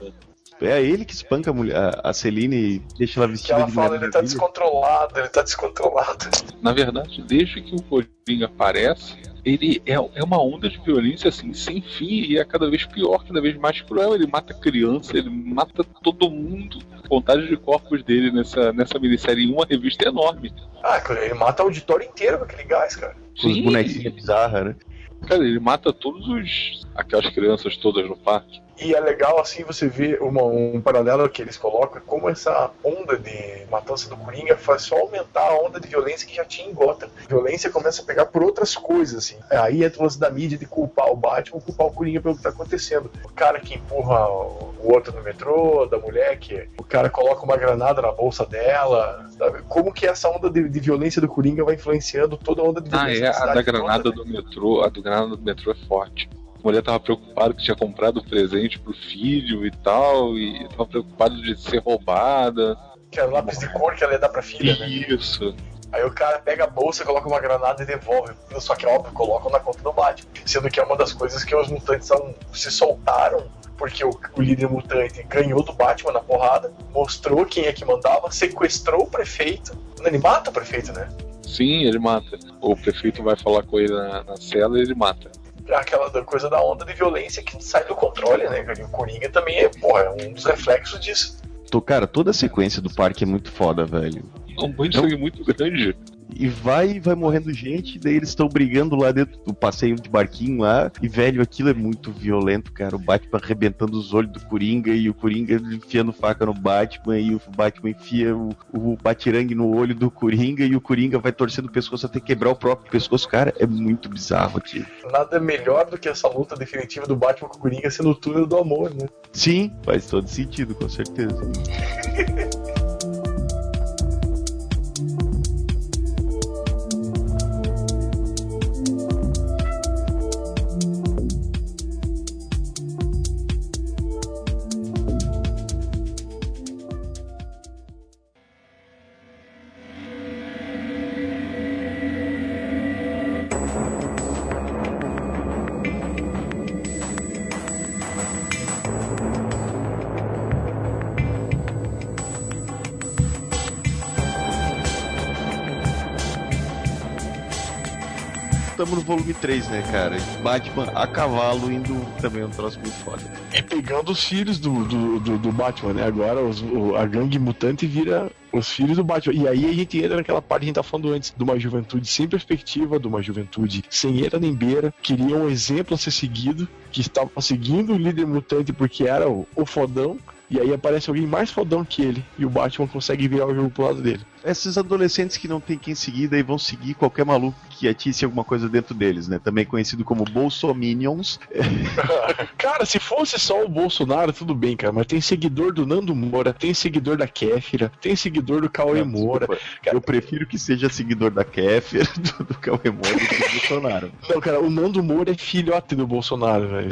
é ele que espanca a, mulher, a, a Celine e deixa ela Que vestida ela de fala, mulher ele tá maravilha. descontrolado, ele tá descontrolado. Na verdade, desde que o Coringa aparece, ele é, é uma onda de violência assim, sem fim, e é cada vez pior, cada vez mais cruel. Ele mata criança, ele mata todo mundo. A contagem de corpos dele nessa, nessa minissérie em uma revista é enorme. Ah, ele mata o auditório inteiro com aquele gás, cara. Com os Sim. bonequinhos bizarros, né? Cara, ele mata todos os... aquelas crianças todas no parque. E é legal, assim, você ver uma, um paralelo que eles colocam, como essa onda de matança do Coringa faz só aumentar a onda de violência que já tinha em Gotham. A violência começa a pegar por outras coisas, assim. Aí entra o lance da mídia de culpar o Batman, culpar o Coringa pelo que tá acontecendo. O cara que empurra o outro no metrô, da mulher, que o cara coloca uma granada na bolsa dela, sabe? Como que essa onda de, de violência do Coringa vai influenciando toda a onda de Ah, violência é, da a cidade da granada toda, né? do metrô, a do granada do metrô é forte. A mulher tava preocupada que tinha comprado o presente pro filho e tal, e tava preocupada de ser roubada. Que era o lápis de cor que ela ia dar pra filha, né? Isso. Aí o cara pega a bolsa, coloca uma granada e devolve. Só que, óbvio, colocam na conta do Batman. Sendo que é uma das coisas que os mutantes são, se soltaram, porque o, o líder mutante ganhou do Batman na porrada, mostrou quem é que mandava, sequestrou o prefeito. Ele mata o prefeito, né? Sim, ele mata. O prefeito vai falar com ele na, na cela e ele mata. Aquela coisa da onda de violência que sai do controle, né? E o Coringa também é, porra, é um dos reflexos disso. Tô, cara, toda a sequência do parque é muito foda, velho. É um banho de sangue muito grande. E vai vai morrendo gente, daí eles estão brigando lá dentro do passeio de barquinho lá. E, velho, aquilo é muito violento, cara. O Batman arrebentando os olhos do Coringa e o Coringa enfiando faca no Batman. E o Batman enfia o, o batirangue no olho do Coringa e o Coringa vai torcendo o pescoço até quebrar o próprio pescoço. Cara, é muito bizarro aqui. Nada melhor do que essa luta definitiva do Batman com o Coringa sendo o túnel do amor, né? Sim, faz todo sentido, com certeza. estamos no volume três, né, cara? Batman a cavalo indo também é um troço muito foda. E pegando os filhos do, do, do, do Batman, né? Agora os, o, a gangue mutante vira os filhos do Batman. E aí a gente entra naquela parte que a gente tá falando antes, de uma juventude sem perspectiva, de uma juventude sem era nem beira, queria um exemplo a ser seguido, que estava seguindo o líder mutante porque era o, o fodão. E aí aparece alguém mais fodão que ele, e o Batman consegue virar o jogo pro lado dele. Esses adolescentes que não tem quem seguir, daí vão seguir qualquer maluco que atisse alguma coisa dentro deles, né? Também conhecido como Bolsominions. Cara, se fosse só o Bolsonaro, tudo bem, cara, mas tem seguidor do Nando Moura, tem seguidor da Kéfera, tem seguidor do Cauê não, Moura. Cara, eu prefiro que seja seguidor da Kéfera, do, do Cauê Moura do que do Bolsonaro. Não, cara, o Nando Moura é filhote do Bolsonaro, velho.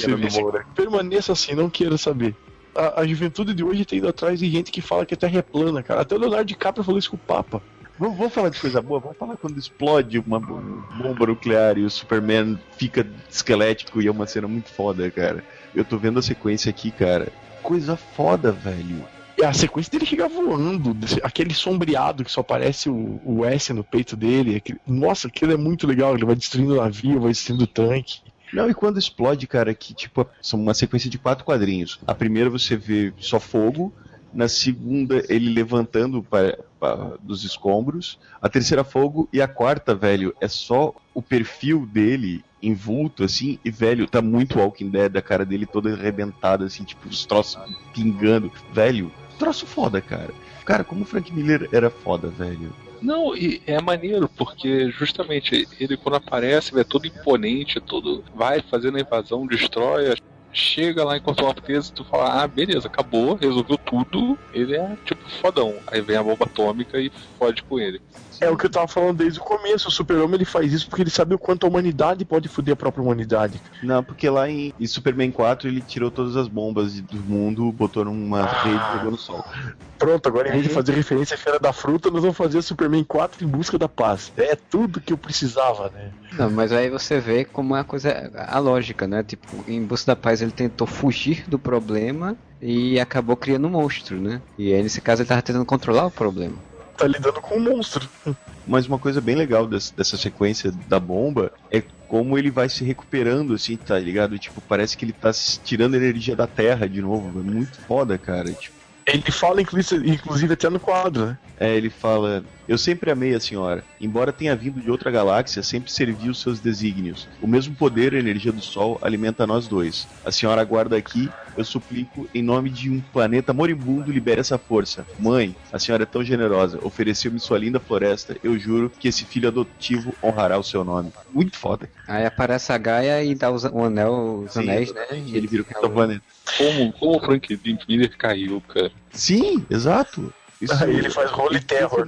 Permaneça assim, não quero saber. A, a juventude de hoje tá indo atrás de gente que fala que a Terra é plana, cara. Até o Leonardo DiCaprio falou isso com o Papa. Vamos, vamos falar de coisa boa? Vamos falar quando explode uma bomba nuclear e o Superman fica esquelético e é uma cena muito foda, cara. Eu tô vendo a sequência aqui, cara. Coisa foda, velho. E a sequência dele chegar voando, aquele sombreado que só aparece o, o S no peito dele. Aquele, nossa, aquilo é muito legal. Ele vai destruindo o navio, vai destruindo o tanque. Não, e quando explode, cara, que tipo, são uma sequência de quatro quadrinhos. A primeira você vê só fogo, na segunda ele levantando pra, pra, dos escombros, a terceira fogo, e a quarta, velho, é só o perfil dele envolto, assim, e, velho, tá muito Walking Dead, a cara dele toda arrebentada, assim, tipo, os troços pingando. Velho, troço foda, cara. Cara, como o Frank Miller era foda, velho. Não, e é maneiro, porque justamente ele quando aparece, é todo imponente, todo vai fazendo a invasão, destrói, chega lá em Quantum of Tears e tu fala, ah, beleza, acabou, resolveu tudo, ele é tipo fodão. Aí vem a bomba atômica e fode com ele. É o que eu tava falando desde o começo, o Super-Homem ele faz isso porque ele sabe o quanto a humanidade pode foder a própria humanidade. Não, porque lá em, em Superman quatro ele tirou todas as bombas do mundo, botou numa ah. rede e jogou no sol. Pronto, agora em vez de fazer referência à Feira da Fruta, nós vamos fazer Superman quatro em busca da paz. É tudo que eu precisava, né? Não, mas aí você vê como é a coisa, a lógica, né? Tipo, em busca da paz ele tentou fugir do problema e acabou criando um monstro, né? E aí nesse caso ele tava tentando controlar o problema. Tá lidando com um monstro. Mas uma coisa bem legal dessa, dessa sequência da bomba é como ele vai se recuperando, assim, tá ligado? Tipo, parece que ele tá tirando energia da Terra de novo. É muito foda, cara. Tipo, ele fala, inclusive, até no quadro, né? É, ele fala: eu sempre amei a senhora. Embora tenha vindo de outra galáxia, sempre servi os seus desígnios. O mesmo poder e energia do Sol alimenta nós dois. A senhora aguarda aqui, eu suplico, em nome de um planeta moribundo, libere essa força. Mãe, a senhora é tão generosa, ofereceu-me sua linda floresta, eu juro que esse filho adotivo honrará o seu nome. Muito foda. Aí aparece a Gaia e dá os, o anel, os Sim, anéis, né? E ele vira o Capitão Planeta. Como, como o Frank Miller caiu, cara. Sim, exato. Isso aí ele faz Holy Terror.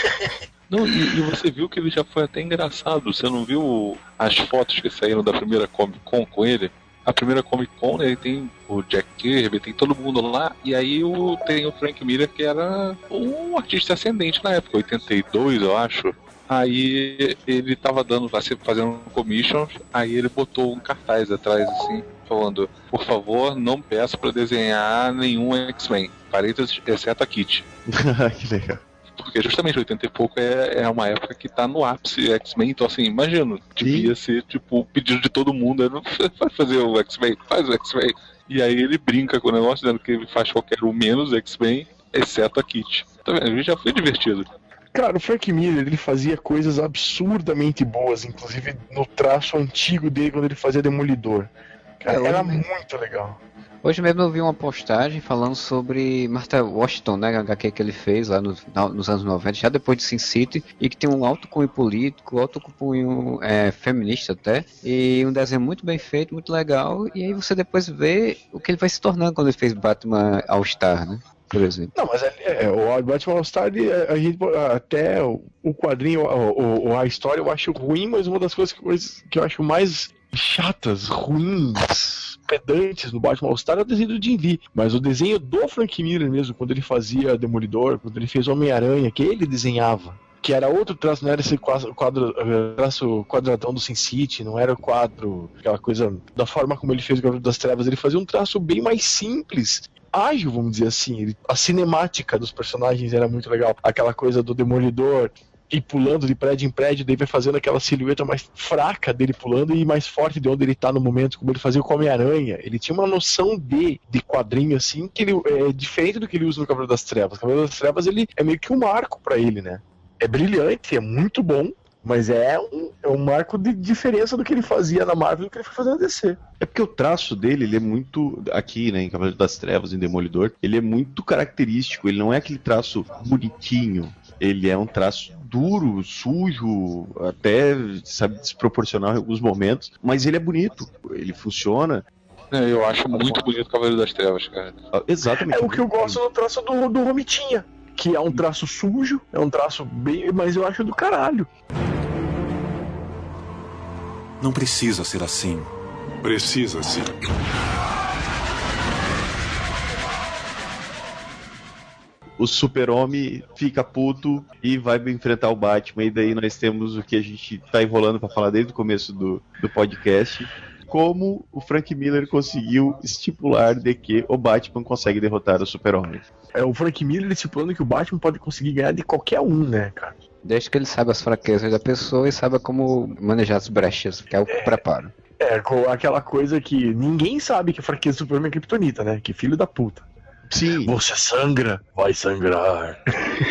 Não, e, e você viu que ele já foi até engraçado. Você não viu as fotos que saíram da primeira Comic Con com ele? A primeira Comic Con, né, ele tem o Jack Kirby, tem todo mundo lá. E aí o, tem o Frank Miller, que era um artista ascendente na época, oitenta e dois, eu acho. Aí ele tava dando, fazendo commissions, aí ele botou um cartaz atrás, assim, falando: por favor, não peço pra desenhar nenhum X-Men, parênteses, exceto a Kitty. Que legal. Porque justamente oitenta e pouco é, é uma época que tá no ápice X-Men, então assim, imagino, devia ser tipo o pedido de todo mundo, não vai fazer o X-Men, faz o X-Men. E aí ele brinca com o negócio, dizendo que ele faz qualquer um menos X-Men, exceto a Kitty. Tá vendo? Ele já foi divertido. Cara, o Frank Miller, ele fazia coisas absurdamente boas, inclusive no traço antigo dele, quando ele fazia Demolidor. Cara, era muito legal. Hoje mesmo eu vi uma postagem falando sobre Martha Washington, né, a H Q que ele fez lá nos, nos anos noventa, já depois de Sin City, e que tem um alto cunho político, alto cunho é, feminista até, e um desenho muito bem feito, muito legal, e aí você depois vê o que ele vai se tornando quando ele fez Batman All-Star, né? Por exemplo. Não, mas é, é, o Batman All-Star, a gente, até o, o quadrinho, o, o, a história eu acho ruim, mas uma das coisas que, que eu acho mais chatas, ruins, pedantes no Batman All-Star é o desenho do Jim Lee. Mas o desenho do Frank Miller mesmo, quando ele fazia Demolidor, quando ele fez Homem-Aranha, que ele desenhava, que era outro traço, não era esse quadro, quadro, traço quadradão do Sin City, não era o quadro, aquela coisa, da forma como ele fez o Cavaleiro das Trevas, ele fazia um traço bem mais simples, ágil, vamos dizer assim. Ele, a cinemática dos personagens era muito legal, aquela coisa do Demolidor ir pulando de prédio em prédio, daí vai fazendo aquela silhueta mais fraca dele pulando e mais forte de onde ele tá no momento, como ele fazia com o Homem-Aranha. Ele tinha uma noção de, de quadrinho, assim, que ele é diferente do que ele usa no Cavaleiro das Trevas. O Cavaleiro das Trevas, ele é meio que um marco pra ele, né? É brilhante, é muito bom, mas é um, é um marco de diferença do que ele fazia na Marvel e do que ele foi fazendo na D C. É porque o traço dele, ele é muito, aqui, né, em Cavaleiro das Trevas, em Demolidor, ele é muito característico, ele não é aquele traço bonitinho, ele é um traço duro, sujo, até, sabe, desproporcional em alguns momentos, mas ele é bonito, ele funciona. É, eu acho muito bonito o Cavaleiro das Trevas, cara. Exatamente. É o que eu gosto no traço do, do Romitinha, que é um traço sujo, é um traço bem, mas eu acho do caralho. Não precisa ser assim. Precisa sim. O Super-Homem fica puto e vai enfrentar o Batman, e daí nós temos o que a gente tá enrolando pra falar desde o começo do, do podcast, como o Frank Miller conseguiu estipular de que o Batman consegue derrotar o Super-Homem. É o Frank Miller estipulando que o Batman pode conseguir ganhar de qualquer um, né, cara? Desde que ele saiba as fraquezas da pessoa e saiba como manejar as brechas, que é o é, preparo. É, com aquela coisa que ninguém sabe que a fraqueza do Superman é Kryptonita, né? Que filho da puta. Sim. Você sangra, vai sangrar.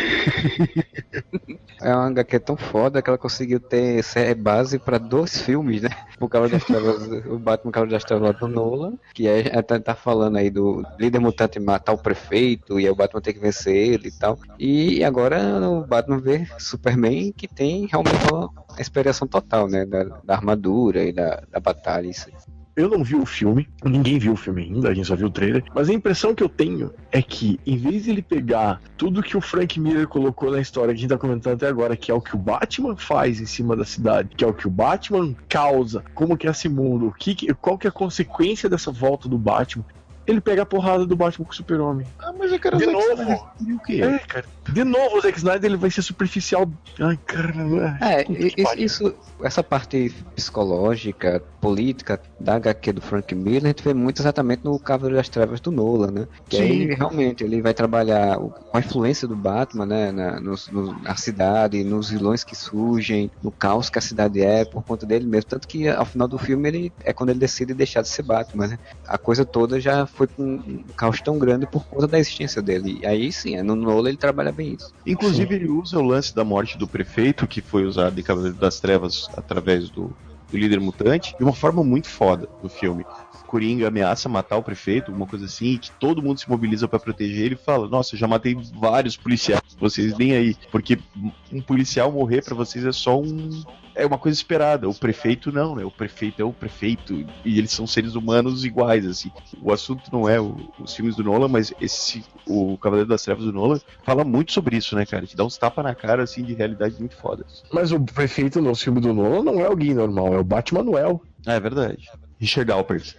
É uma agá quê tão foda que ela conseguiu ter ser base pra dois filmes, né? O Cavaleiro das Trevas, o Batman Cavaleiro das Trevas do Nolan, que é, tá, tá falando aí do líder mutante matar o prefeito e aí o Batman tem que vencer ele e tal. E agora o Batman vê Superman, que tem realmente uma inspiração total, né? Da, da armadura e da, da batalha, isso aí. Eu não vi o filme, ninguém viu o filme ainda, a gente só viu o trailer, mas a impressão que eu tenho é que, em vez de ele pegar tudo que o Frank Miller colocou na história que a gente tá comentando até agora, que é o que o Batman faz em cima da cidade, que é o que o Batman causa, como que é esse mundo, o que, qual que é a consequência dessa volta do Batman, ele pega a porrada do Batman com o Super-Homem. Ah, mas eu quero de Zack novo. Snyder. O quê? É, cara. De novo o Zack Snyder, ele vai ser superficial. Ai, caramba. É, isso, isso, essa parte psicológica, política da agá quê do Frank Miller, a gente vê muito exatamente no Cavaleiro das Trevas do Nolan, né? Que Sim. aí realmente ele vai trabalhar com a influência do Batman, né? Na, no, no, na cidade, nos vilões que surgem, no caos que a cidade é, por conta dele mesmo. Tanto que ao final do filme ele é quando ele decide deixar de ser Batman, né? A coisa toda já foi com um caos tão grande por conta da existência dele. E aí sim, no Nolan ele trabalha bem isso. Inclusive sim. Ele usa o lance da morte do prefeito, que foi usado em Cavaleiro das Trevas através do, do líder mutante, de uma forma muito foda do filme. Coringa ameaça matar o prefeito, alguma coisa assim, e que todo mundo se mobiliza pra proteger ele e fala, nossa, eu já matei vários policiais, vocês nem aí, porque um policial morrer pra vocês é só um... é uma coisa esperada, o prefeito não, né, o prefeito é o prefeito, e eles são seres humanos iguais, assim. O assunto não é o, os filmes do Nolan, mas esse, o Cavaleiro das Trevas do Nolan fala muito sobre isso, né, cara, te dá uns tapas na cara, assim, de realidade muito fodas. Mas o prefeito no filme do Nolan não é alguém normal, é o Batman Noel. Ah, é verdade. Richard Alpert.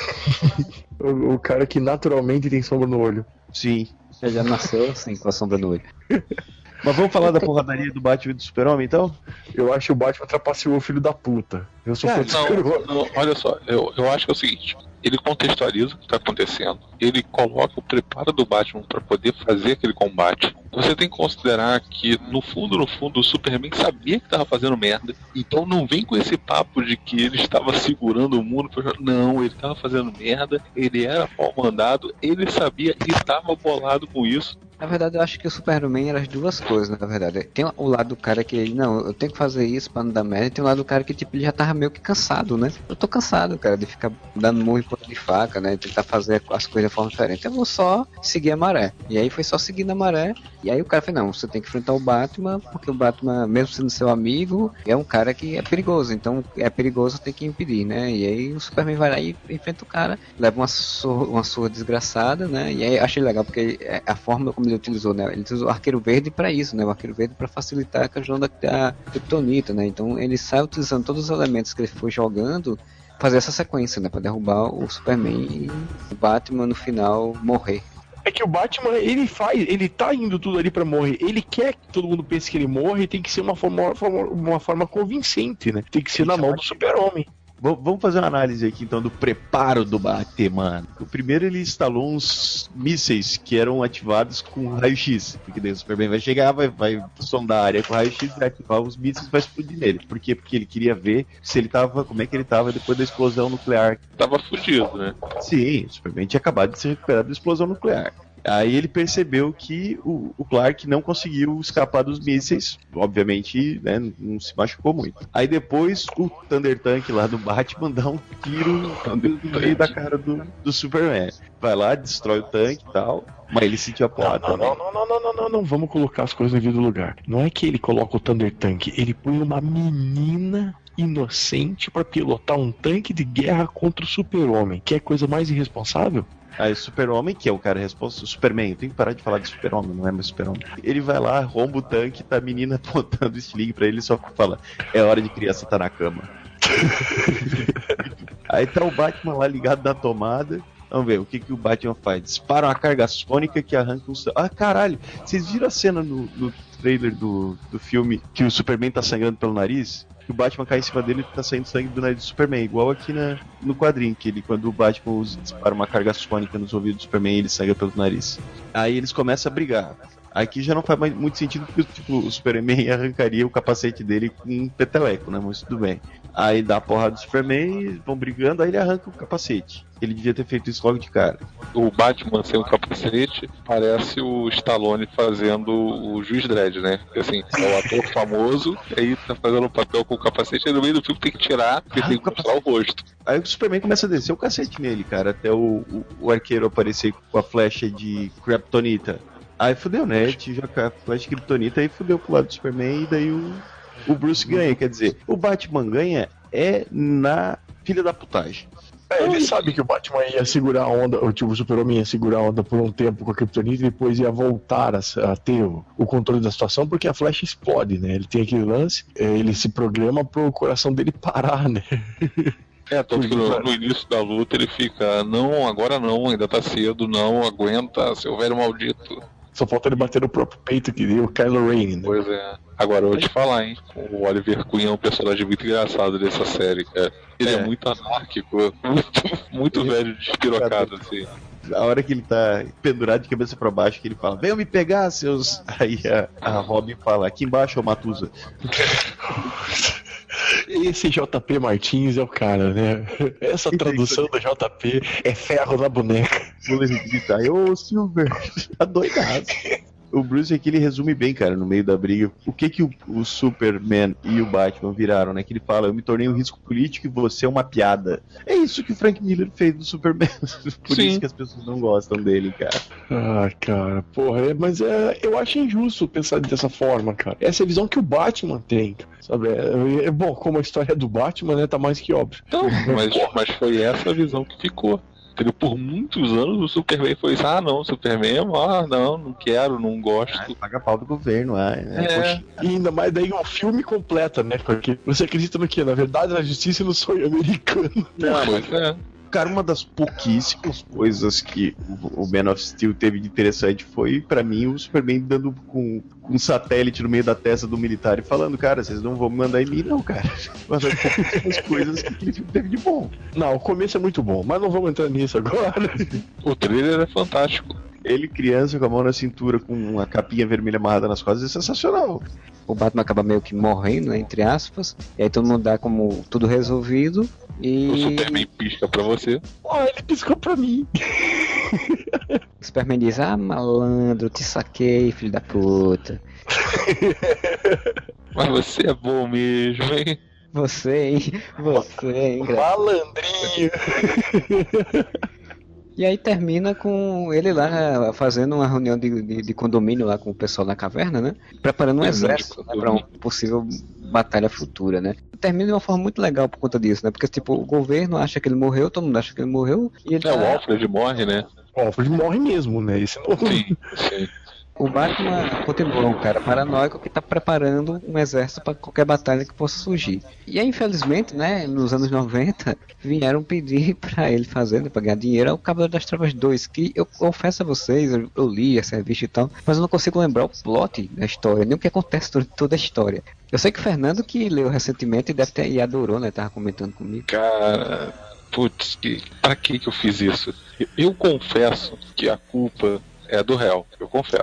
o, o cara que naturalmente tem sombra no olho. Sim. Ele já nasceu assim, com a sombra no olho. Mas vamos falar da porradaria do Batman e do Super-Homem, então? Eu acho que o Batman trapaceou o filho da puta. Eu sou fã do Super-Homem. Não, olha só, eu, eu acho que é o seguinte, ele contextualiza o que está acontecendo, ele coloca o preparo do Batman para poder fazer aquele combate. Você tem que considerar que, no fundo, no fundo, o Superman sabia que estava fazendo merda, então não vem com esse papo de que ele estava segurando o mundo. Não, ele estava fazendo merda, ele era pau mandado, ele sabia e estava bolado com isso. Na verdade, eu acho que o Superman era as duas coisas, na verdade. Tem o lado do cara que ele, não, eu tenho que fazer isso pra não dar merda, e tem o lado do cara que, tipo, ele já tava meio que cansado, né? Eu tô cansado, cara, de ficar dando murro em ponta de faca, né? Tentar fazer as coisas de forma diferente. Eu vou só seguir a maré. E aí foi só seguindo a maré, e aí o cara falou, não, você tem que enfrentar o Batman, porque o Batman, mesmo sendo seu amigo, é um cara que é perigoso, então é perigoso, tem que impedir, né? E aí o Superman vai lá e enfrenta o cara, leva uma surra, uma surra desgraçada, né? E aí achei legal, porque a forma como ele utilizou, né? Ele utilizou o Arqueiro Verde para isso, né? O Arqueiro Verde para facilitar a questão da, da Kryptonita, né? Então ele sai utilizando todos os elementos que ele foi jogando, fazer essa sequência, né? Para derrubar o Superman e o Batman no final morrer. É que o Batman, ele faz, ele tá indo tudo ali pra morrer. Ele quer que todo mundo pense que ele morre e tem que ser uma forma, uma forma convincente, né? Tem que ser na mão do Super-Homem. V- vamos fazer uma análise aqui então do preparo do Batman. O primeiro ele instalou uns mísseis que eram ativados com raio-x. Porque daí o Superman vai chegar, vai, vai sondar a área com raio-x, vai ativar os mísseis e vai explodir nele. Por quê? Porque ele queria ver se ele tava, como é que ele tava depois da explosão nuclear. Tava fudido, né? Sim, o Superman tinha acabado de se recuperar da explosão nuclear. Aí ele percebeu que o, o Clark não conseguiu escapar dos mísseis, obviamente, né, não se machucou muito. Aí depois o Thunder Tank lá do Batman dá um tiro no meio da cara do, do Superman. Vai lá, destrói o tanque e tal, mas ele sentiu a porrada. Não, não, não, não, não, não, não, não, vamos colocar as coisas no devido lugar. Não é que ele coloca o Thunder Tank, ele põe uma menina inocente pra pilotar um tanque de guerra contra o Super-Homem, que é a coisa mais irresponsável. Aí o Super-Homem, que é o cara responsável, o Superman, eu tenho que parar de falar de Super-Homem, não é mais Super-Homem. Ele vai lá, romba o tanque, tá a menina apontando o estilingue pra ele e só fala, é hora de criança tá na cama. Aí tá o Batman lá ligado na tomada. Vamos ver, o que, que o Batman faz? Dispara uma carga sônica que arranca o... Ah, caralho! Vocês viram a cena no, no trailer do, do filme que o Superman tá sangrando pelo nariz? Que o Batman cai em cima dele e tá saindo sangue do nariz do Superman, igual aqui na, no quadrinho, que ele, quando o Batman usa, dispara uma carga sônica nos ouvidos do Superman, ele sangra pelo nariz. Aí eles começam a brigar. Aqui já não faz mais muito sentido, porque tipo, o Superman arrancaria o capacete dele com um peteleco, né? Mas tudo bem. Aí dá a porrada do Superman, vão brigando, aí ele arranca o capacete. Ele devia ter feito isso logo de cara. O Batman sem o capacete parece o Stallone fazendo o Juiz Dredd, né? Porque assim, é o ator famoso, aí tá fazendo um papel com o capacete, aí no meio do filme tem que tirar, porque ah, tem que mostrar o rosto. Aí o Superman começa a descer o cacete nele, cara, até o, o, o arqueiro aparecer com a flecha de Kryptonita. Aí fudeu, né? Já com a flecha de Kryptonita, aí fudeu pro lado do Superman e daí o, o Bruce ganha. Quer dizer, o Batman ganha é na filha da putagem. É, ele sabe que o Batman ia segurar a onda, ou tipo, o Super-Homem ia segurar a onda por um tempo com a Kryptonita e depois ia voltar a, a ter o, o controle da situação, porque a flecha explode, né? Ele tem aquele lance, ele se programa pro coração dele parar, né? É, tanto que no, no início da luta ele fica, não, agora não, ainda tá cedo, não, aguenta, seu velho maldito. Só falta ele bater no próprio peito, que deu o Kylo Ren, né? Pois é. Agora eu vou te falar, hein? O Oliver Queen é um personagem muito engraçado dessa série, cara. Ele é, é muito anárquico, muito, muito ele... velho, despirocado, assim. A hora que ele tá pendurado de cabeça pra baixo, que ele fala, venham me pegar, seus... Aí a, a Robin fala, aqui embaixo, ô Matusa. Esse J P Martins é o cara, né? Essa tradução do J P é ferro na boneca. Ele grita, ô Silver, tá doidado. O Bruce aqui ele resume bem, cara, no meio da briga, o que que o, o Superman e o Batman viraram, né? Que ele fala, eu me tornei um risco político e você é uma piada. É isso que o Frank Miller fez do Superman. Por Sim. isso que as pessoas não gostam dele, cara. Ah, cara, porra, é, mas é, eu acho injusto pensar dessa forma, cara. Essa é a visão que o Batman tem, sabe? É, é bom, como a história do Batman, né, tá mais que óbvio. Então, mas, mas foi essa a visão que ficou. Por muitos anos o Superman foi isso, ah não, Superman, ah não, não quero, não gosto. Ah, paga pau do governo, ah, é. é. E ainda mais daí o filme completa, né? Porque você acredita no quê? Na verdade, na justiça e no sonho americano. Não, pois é. Cara, uma das pouquíssimas coisas que o Man of Steel teve de interessante foi, pra mim, o Superman dando com, com um satélite no meio da testa do militar e falando, cara, vocês não vão mandar em mim, não, cara. Uma das pouquíssimas coisas que aquele filme teve de bom. Não, o começo é muito bom, mas não vamos entrar nisso agora. O trailer é fantástico. Ele, criança, com a mão na cintura, com uma capinha vermelha amarrada nas costas, é sensacional. O Batman acaba meio que morrendo, né, entre aspas, e aí todo mundo dá como tudo resolvido, e... O Superman pisca pra você. Oh, ele piscou pra mim. O Superman diz, ah, malandro, te saquei, filho da puta. Mas você é bom mesmo, hein? Você, hein? Você, hein? Malandrinho. E aí termina com ele lá fazendo uma reunião de, de, de condomínio lá com o pessoal na caverna, né? Preparando um exército, né, para uma possível batalha futura, né? Termina de uma forma muito legal por conta disso, né? Porque tipo, o governo acha que ele morreu, todo mundo acha que ele morreu. E ele é, tá... o Alfred morre, né? O Alfred morre mesmo, né? Esse não... Sim, sim. O Batman continua um cara paranoico que tá preparando um exército para qualquer batalha que possa surgir. E aí, infelizmente, né, nos anos noventa, vieram pedir para ele fazer, né, pra ganhar dinheiro, o Cavaleiro das Trevas dois, que eu confesso a vocês, eu, eu li essa revista e tal, mas eu não consigo lembrar o plot da história, nem o que acontece durante toda a história. Eu sei que o Fernando, que leu recentemente, deve ter e adorou, né, tava comentando comigo. Cara, putz, que, pra que que eu fiz isso? Eu, eu confesso que a culpa é do réu, eu confesso.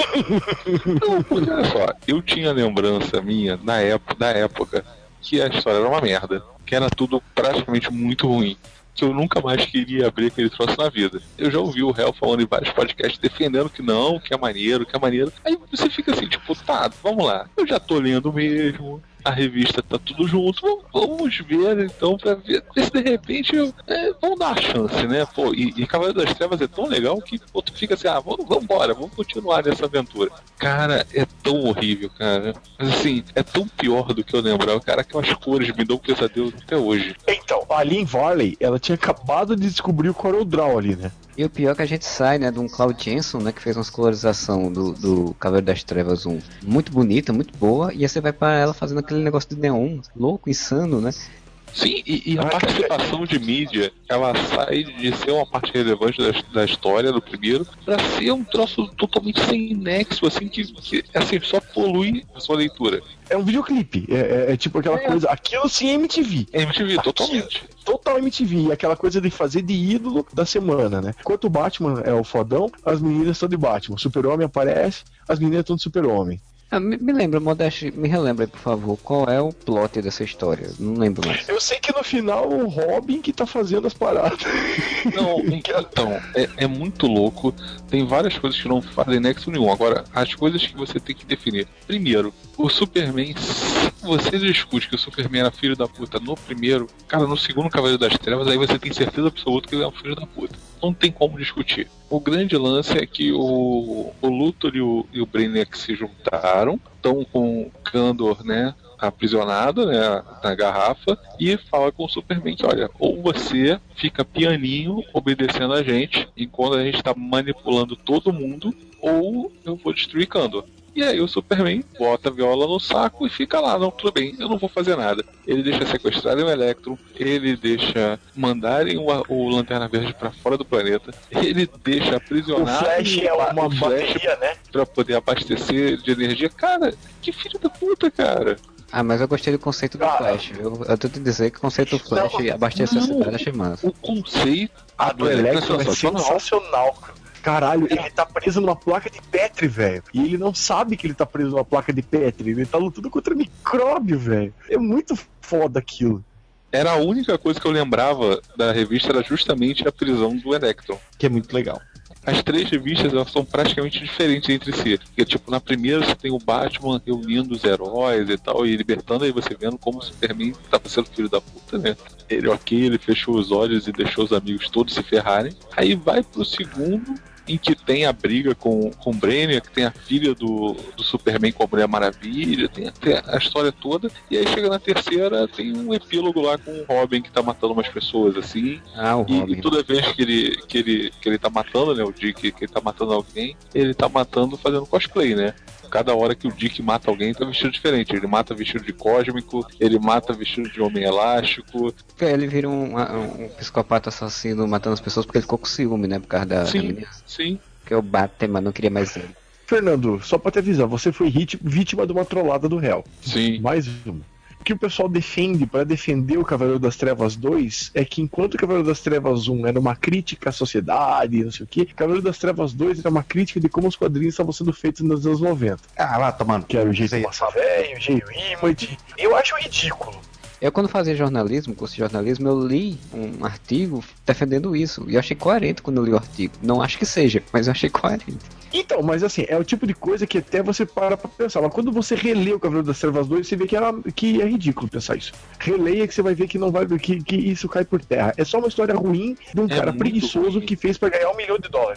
Não, porque olha só, eu tinha lembrança minha, na época, da época, que a história era uma merda, que era tudo praticamente muito ruim, que eu nunca mais queria abrir aquele troço na vida. Eu já ouvi o réu falando em vários podcasts defendendo que não, que é maneiro, que é maneiro. Aí você fica assim, tipo, tá, vamos lá, eu já tô lendo mesmo, a revista tá tudo junto, vamos ver então pra ver se de repente eu, é, vamos dar uma chance, né? Pô, e, e Cavaleiro das Trevas é tão legal que pô, tu fica assim, ah, vamos, vamos embora, vamos continuar nessa aventura. Cara, é tão horrível, cara. Mas assim, é tão pior do que eu lembrava, cara, que as cores me dão pesadelo até hoje. Então, a Lynn Varley, ela tinha acabado de descobrir o Coral Draw ali, né? E o pior é que a gente sai, né, de um Claude Jensen, né, que fez uma colorização do, do Cavaleiro das Trevas um muito bonita, muito boa, e aí você vai pra ela fazendo aquele negócio de neon louco, insano, né? Sim, e, e a participação de mídia, ela sai de ser uma parte relevante da, da história do primeiro pra ser um troço totalmente sem nexo, assim, que, que assim, só polui a sua leitura. É um videoclipe, é, é, é tipo aquela é. coisa, aquilo sim é M T V. É M T V, aquilo, totalmente. Total M T V, aquela coisa de fazer de ídolo da semana, né? Enquanto o Batman é o fodão, as meninas estão de Batman. Super-Homem aparece, as meninas estão de Super-Homem. Ah, me, me lembra, Modeste, me relembra aí, por favor, qual é o plot dessa história? Não lembro mais. Eu sei que no final o Robin que tá fazendo as paradas. Não, então, é, é muito louco. Tem várias coisas que não fazem nexo nenhum. Agora, as coisas que você tem que definir. Primeiro, o Superman, se você discute que o Superman era filho da puta no primeiro, cara, no segundo Cavaleiro das Trevas, aí você tem certeza absoluta que ele é um filho da puta. Não tem como discutir. O grande lance é que o, o Luthor e o, e o Brainiac se juntaram, estão com o Kandor, né, aprisionado, né, na garrafa, e fala com o Superman que, olha, ou você fica pianinho obedecendo a gente, enquanto a gente está manipulando todo mundo, ou eu vou destruir Kandor. E aí o Superman bota a viola no saco e fica lá, não, tudo bem, eu não vou fazer nada. Ele deixa sequestrarem o Electron, ele deixa mandarem o, o Lanterna Verde pra fora do planeta, ele deixa aprisionar o Flash é uma o Flash bateria, né? Pra poder abastecer de energia. Cara, que filho da puta, cara. Ah, mas eu gostei do conceito do ah, Flash, viu? Eu tô te dizer que o conceito do Flash e abastecer a cidade achei massa. O conceito a do, do Electron é sensacional, cara. Caralho, ele tá preso numa placa de Petri, velho. E ele não sabe que ele tá preso numa placa de Petri. Ele tá lutando contra micróbio, velho. É muito foda aquilo. Era a única coisa que eu lembrava da revista, era justamente a prisão do Electron. Que é muito legal. As três revistas, elas são praticamente diferentes entre si. Porque, tipo, na primeira você tem o Batman reunindo os heróis e tal, e libertando, aí você vendo como o Superman tava sendo filho da puta, né? Ele, ok, ele fechou os olhos e deixou os amigos todos se ferrarem. Aí vai pro segundo, em que tem a briga com, com o Brainiac, que tem a filha do, do Superman com a Mulher Maravilha, tem a, tem a história toda, e aí chega na terceira, tem um epílogo lá com o Robin que tá matando umas pessoas, assim, ah, o e, Robin. e toda vez que ele, que, ele, que ele tá matando, né, o Dick, que ele tá matando alguém, ele tá matando fazendo cosplay, né? Cada hora que o Dick mata alguém, tá vestido diferente. Ele mata vestido de cósmico, ele mata vestido de homem elástico. Ele vira um, um, um psicopata assassino matando as pessoas porque ele ficou com ciúme, né? Por causa da, sim, da menina. Sim. Porque o Batman não queria mais ele. Fernando, só pra te avisar, você foi vítima de uma trollada do réu. Sim. Mais uma. O que o pessoal defende para defender o Cavaleiro das Trevas dois é que enquanto o Cavaleiro das Trevas um era uma crítica à sociedade, não sei o que, o Cavaleiro das Trevas dois era uma crítica de como os quadrinhos estavam sendo feitos nos anos noventa. Ah, lá, tomando. Que era o jeito massa velho, o jeito image. Eu acho ridículo. Eu, quando fazia jornalismo, curso de jornalismo, eu li um artigo defendendo isso. E eu achei coerente quando eu li o artigo. Não acho que seja, mas eu achei coerente. Então, mas assim, é o tipo de coisa que até você para pra pensar. Mas quando você relê o Cavaleiro das Trevas dois, você vê que, ela, que é ridículo pensar isso. Releia que você vai ver que não vai que, que isso cai por terra. É só uma história ruim de um é cara preguiçoso ruim. Que fez pra ganhar um milhão de dólares.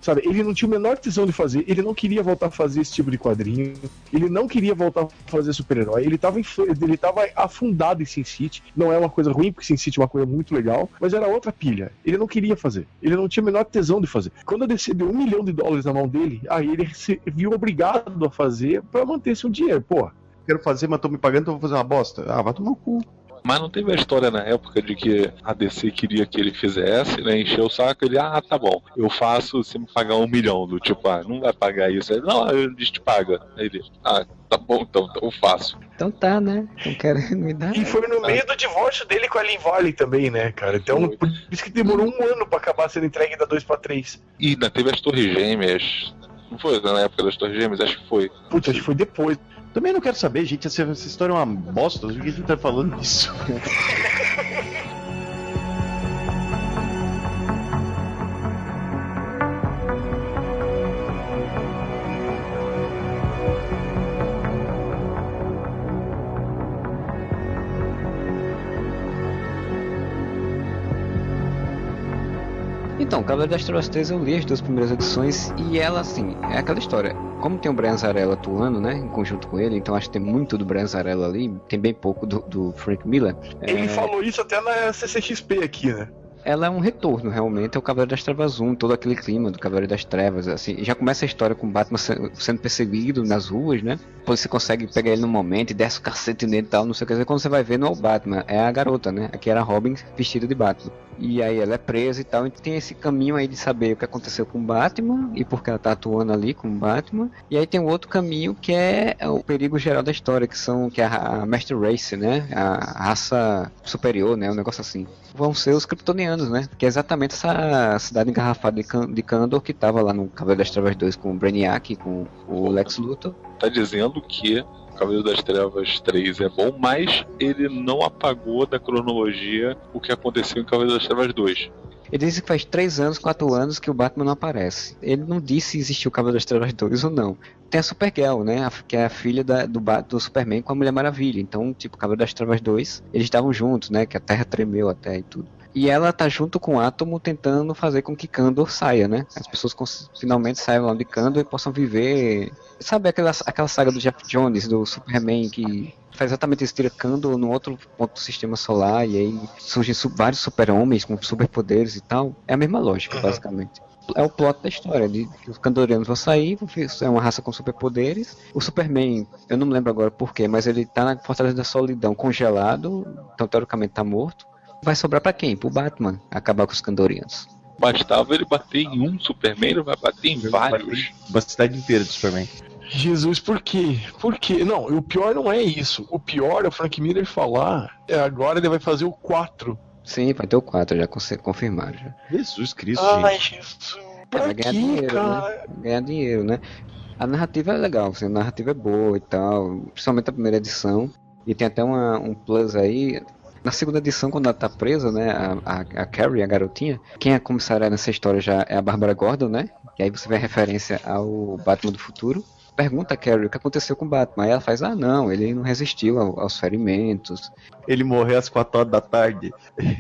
Sabe, ele não tinha o menor tesão de fazer, ele não queria voltar a fazer esse tipo de quadrinho, ele não queria voltar a fazer super-herói, ele tava, ele tava afundado em Sin City. Não é uma coisa ruim, porque Sin City é uma coisa muito legal, mas era outra pilha. Ele não queria fazer, ele não tinha o menor tesão de fazer. Quando a D C deu um milhão de dólares na mão dele, aí ele se viu obrigado a fazer pra manter seu dinheiro, pô. Quero fazer, mas tô me pagando, então vou fazer uma bosta. Ah, vai tomar o cu. Mas não teve a história na época de que a D C queria que ele fizesse, né? Encheu o saco, ele, ah, tá bom, eu faço se me pagar um milhão. Do tipo, ah, não vai pagar isso. Ele, não, a gente te paga. Aí ele, ah, tá bom, então, então eu faço. Então tá, né? Não querendo me dar. E foi no meio do divórcio dele com a Ellen Varley também, né, cara? Então, por isso que demorou um ano pra acabar sendo entregue da dois pra três. E ainda teve as Torres Gêmeas. Não foi na época das Torres Gêmeas? Acho que foi. Putz, acho que foi depois. Também não quero saber, gente, essa, essa história é uma bosta, por que a gente tá falando disso? Então, Cavaleiro das Trevas três eu li as duas primeiras edições e ela, assim, é aquela história. Como tem o Brian Azzarello atuando, né, em conjunto com ele, então acho que tem muito do Brian Azzarello ali, tem bem pouco do, do Frank Miller. Ele é... falou isso até na C C X P aqui, né? Ela é um retorno, realmente, ao Cavaleiro das Trevas um, todo aquele clima do Cavaleiro das Trevas, assim, já começa a história com o Batman sendo perseguido nas ruas, né, depois você consegue pegar ele no momento e desce o cacete nele e tal, não sei o que dizer, quando você vai ver não é o Batman, é a garota, né, aqui era a Robin vestida de Batman, e aí ela é presa e tal, e tem esse caminho aí de saber o que aconteceu com o Batman, e porque ela tá atuando ali com o Batman, e aí tem um outro caminho que é o perigo geral da história, que são, que é a, a Master Race, né, a raça superior, né, um negócio assim, vão ser os kryptonianos, né, que é exatamente essa cidade engarrafada de, Can de Kandor que tava lá no Cavaleiro das Trevas dois com o Brainiac, com o Lex Luthor. Tá dizendo que o Cavaleiro das Trevas três é bom, mas ele não apagou da cronologia o que aconteceu em Cavaleiro das Trevas dois. Ele disse que faz três anos, quatro anos que o Batman não aparece. Ele não disse se existiu o Cavaleiro das Trevas dois ou não. Tem a Supergirl, né, a, que é a filha da, do, do Superman com a Mulher Maravilha. Então, tipo, o Cavaleiro das Trevas dois, eles estavam juntos, né, que a Terra tremeu até e tudo. E ela tá junto com o Átomo tentando fazer com que Kandor saia, né? As pessoas finalmente saiam lá de Kandor e possam viver... Sabe aquela, aquela saga do Jeff Jones, do Superman, que faz exatamente isso, tira Kandor no outro ponto do sistema solar e aí surgem su vários super-homens com superpoderes e tal? É a mesma lógica, basicamente. É o plot da história, de que os Kandorianos vão sair, é uma raça com superpoderes. O Superman, eu não me lembro agora porquê, mas ele tá na Fortaleza da Solidão congelado, então teoricamente tá morto. Vai sobrar pra quem? Pro Batman acabar com os Kandorianos. Bastava ele bater em um Superman, ele vai bater em vários. Uma cidade inteira de Superman. Jesus, por quê? Por quê? Não, o pior não é isso. O pior é o Frank Miller falar, é, agora ele vai fazer o quatro. Sim, vai ter o quatro, já confirmaram. Já. Jesus Cristo, Ai, gente. Jesus. Pra vai ganhar quê, dinheiro, cara? né? Ganhar dinheiro, né? A narrativa é legal, assim, a narrativa é boa e tal, principalmente a primeira edição. E tem até uma, um plus aí. Na segunda edição, quando ela tá presa, né, a, a, a Carrie, a garotinha, quem é comissária nessa história já é a Bárbara Gordon, né? E aí você vê a referência ao Batman do futuro. Pergunta a Carrie o que aconteceu com o Batman. Aí ela faz, ah não, ele não resistiu ao, aos ferimentos. Ele morreu às quatro horas da tarde.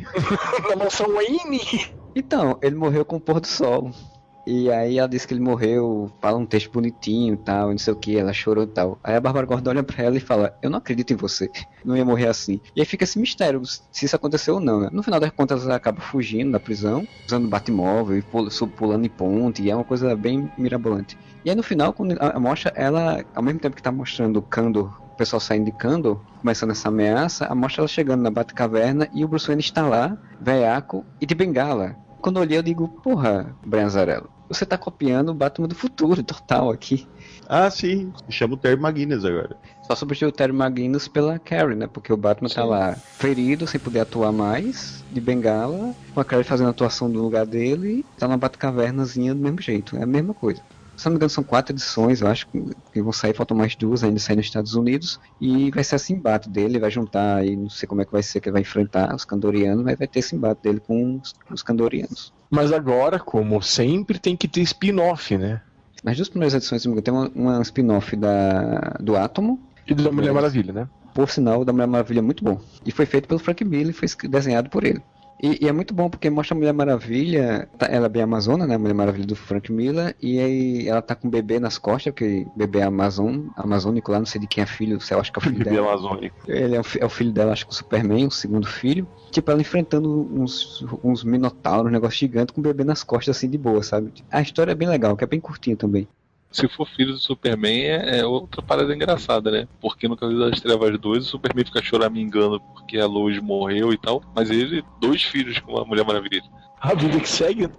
Na mansão Wayne. Então, ele morreu com o pôr do sol. E aí ela disse que ele morreu, fala um texto bonitinho e tal, não sei o que, ela chorou e tal. Aí a Bárbara Gordon olha pra ela e fala, eu não acredito em você, não ia morrer assim. E aí fica esse mistério, se isso aconteceu ou não, né? No final das contas ela acaba fugindo da prisão, usando batimóvel e pulando em ponte, e é uma coisa bem mirabolante. E aí no final, quando a mostra, ela, ao mesmo tempo que tá mostrando o Kandor, o pessoal saindo de Kandor, começando essa ameaça, a mostra ela chegando na Batcaverna e o Bruce Wayne está lá, veiaco e de bengala. Quando eu olhei eu digo, porra, Brian Azzarello, você tá copiando o Batman do futuro total aqui. Ah, sim. Chama o Terry McGinnis agora. Só substituiu o Terry McGinnis pela Carrie, né? Porque o Batman sim. Tá lá ferido, sem poder atuar mais, de bengala, com a Carrie fazendo a atuação no lugar dele, tá na Batcavernazinha do mesmo jeito. É a mesma coisa. Se não me engano, são quatro edições, eu acho, que vão sair, faltam mais duas ainda sair nos Estados Unidos, e vai ser esse embate dele, vai juntar aí, não sei como é que vai ser, que ele vai enfrentar os Kandorianos, mas vai ter esse embate dele com os, os Kandorianos. Mas agora, como sempre, tem que ter spin-off, né? Nas duas primeiras edições, se não me engano, tem uma, uma spin-off da, do Átomo. E do da Mulher Maravilha, né? Por sinal, o da Mulher Maravilha é muito bom. E foi feito pelo Frank Miller e foi desenhado por ele. E, e é muito bom porque mostra a Mulher Maravilha, tá, ela é bem amazona, né, a Mulher Maravilha do Frank Miller, e aí ela tá com um bebê nas costas, porque o bebê é amazon, amazônico lá, não sei de quem é filho, eu acho que é o filho Bebê dela. amazônico. Ele é o, é o filho dela, acho que o Superman, o segundo filho. Tipo, ela enfrentando uns, uns minotauros, um negócio gigante com o bebê nas costas, assim, de boa, sabe? A história é bem legal, que é bem curtinha também. Se for filho do Superman, é, é outra parada engraçada, né? Porque no Cavaleiro das Trevas dois, o Superman fica choramingando porque a Lois morreu e tal, mas ele, dois filhos com a Mulher Maravilha. A vida que segue?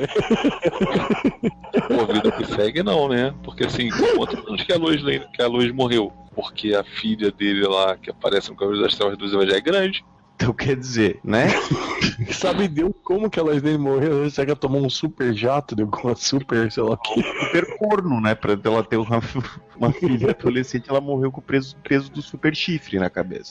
Pô, a vida que segue não, né? Porque assim, quantos anos que a Lois, que a Lois morreu? Porque a filha dele lá, que aparece no Cavaleiro das Trevas dois, ela já é grande. Então quer dizer, né? Sabe Deus como que ela dele morreu? Será que ela tomou um super jato, deu uma super, sei lá o que? Super corno, né? Pra ela ter uma, uma filha adolescente, ela morreu com o peso, peso do super chifre na cabeça.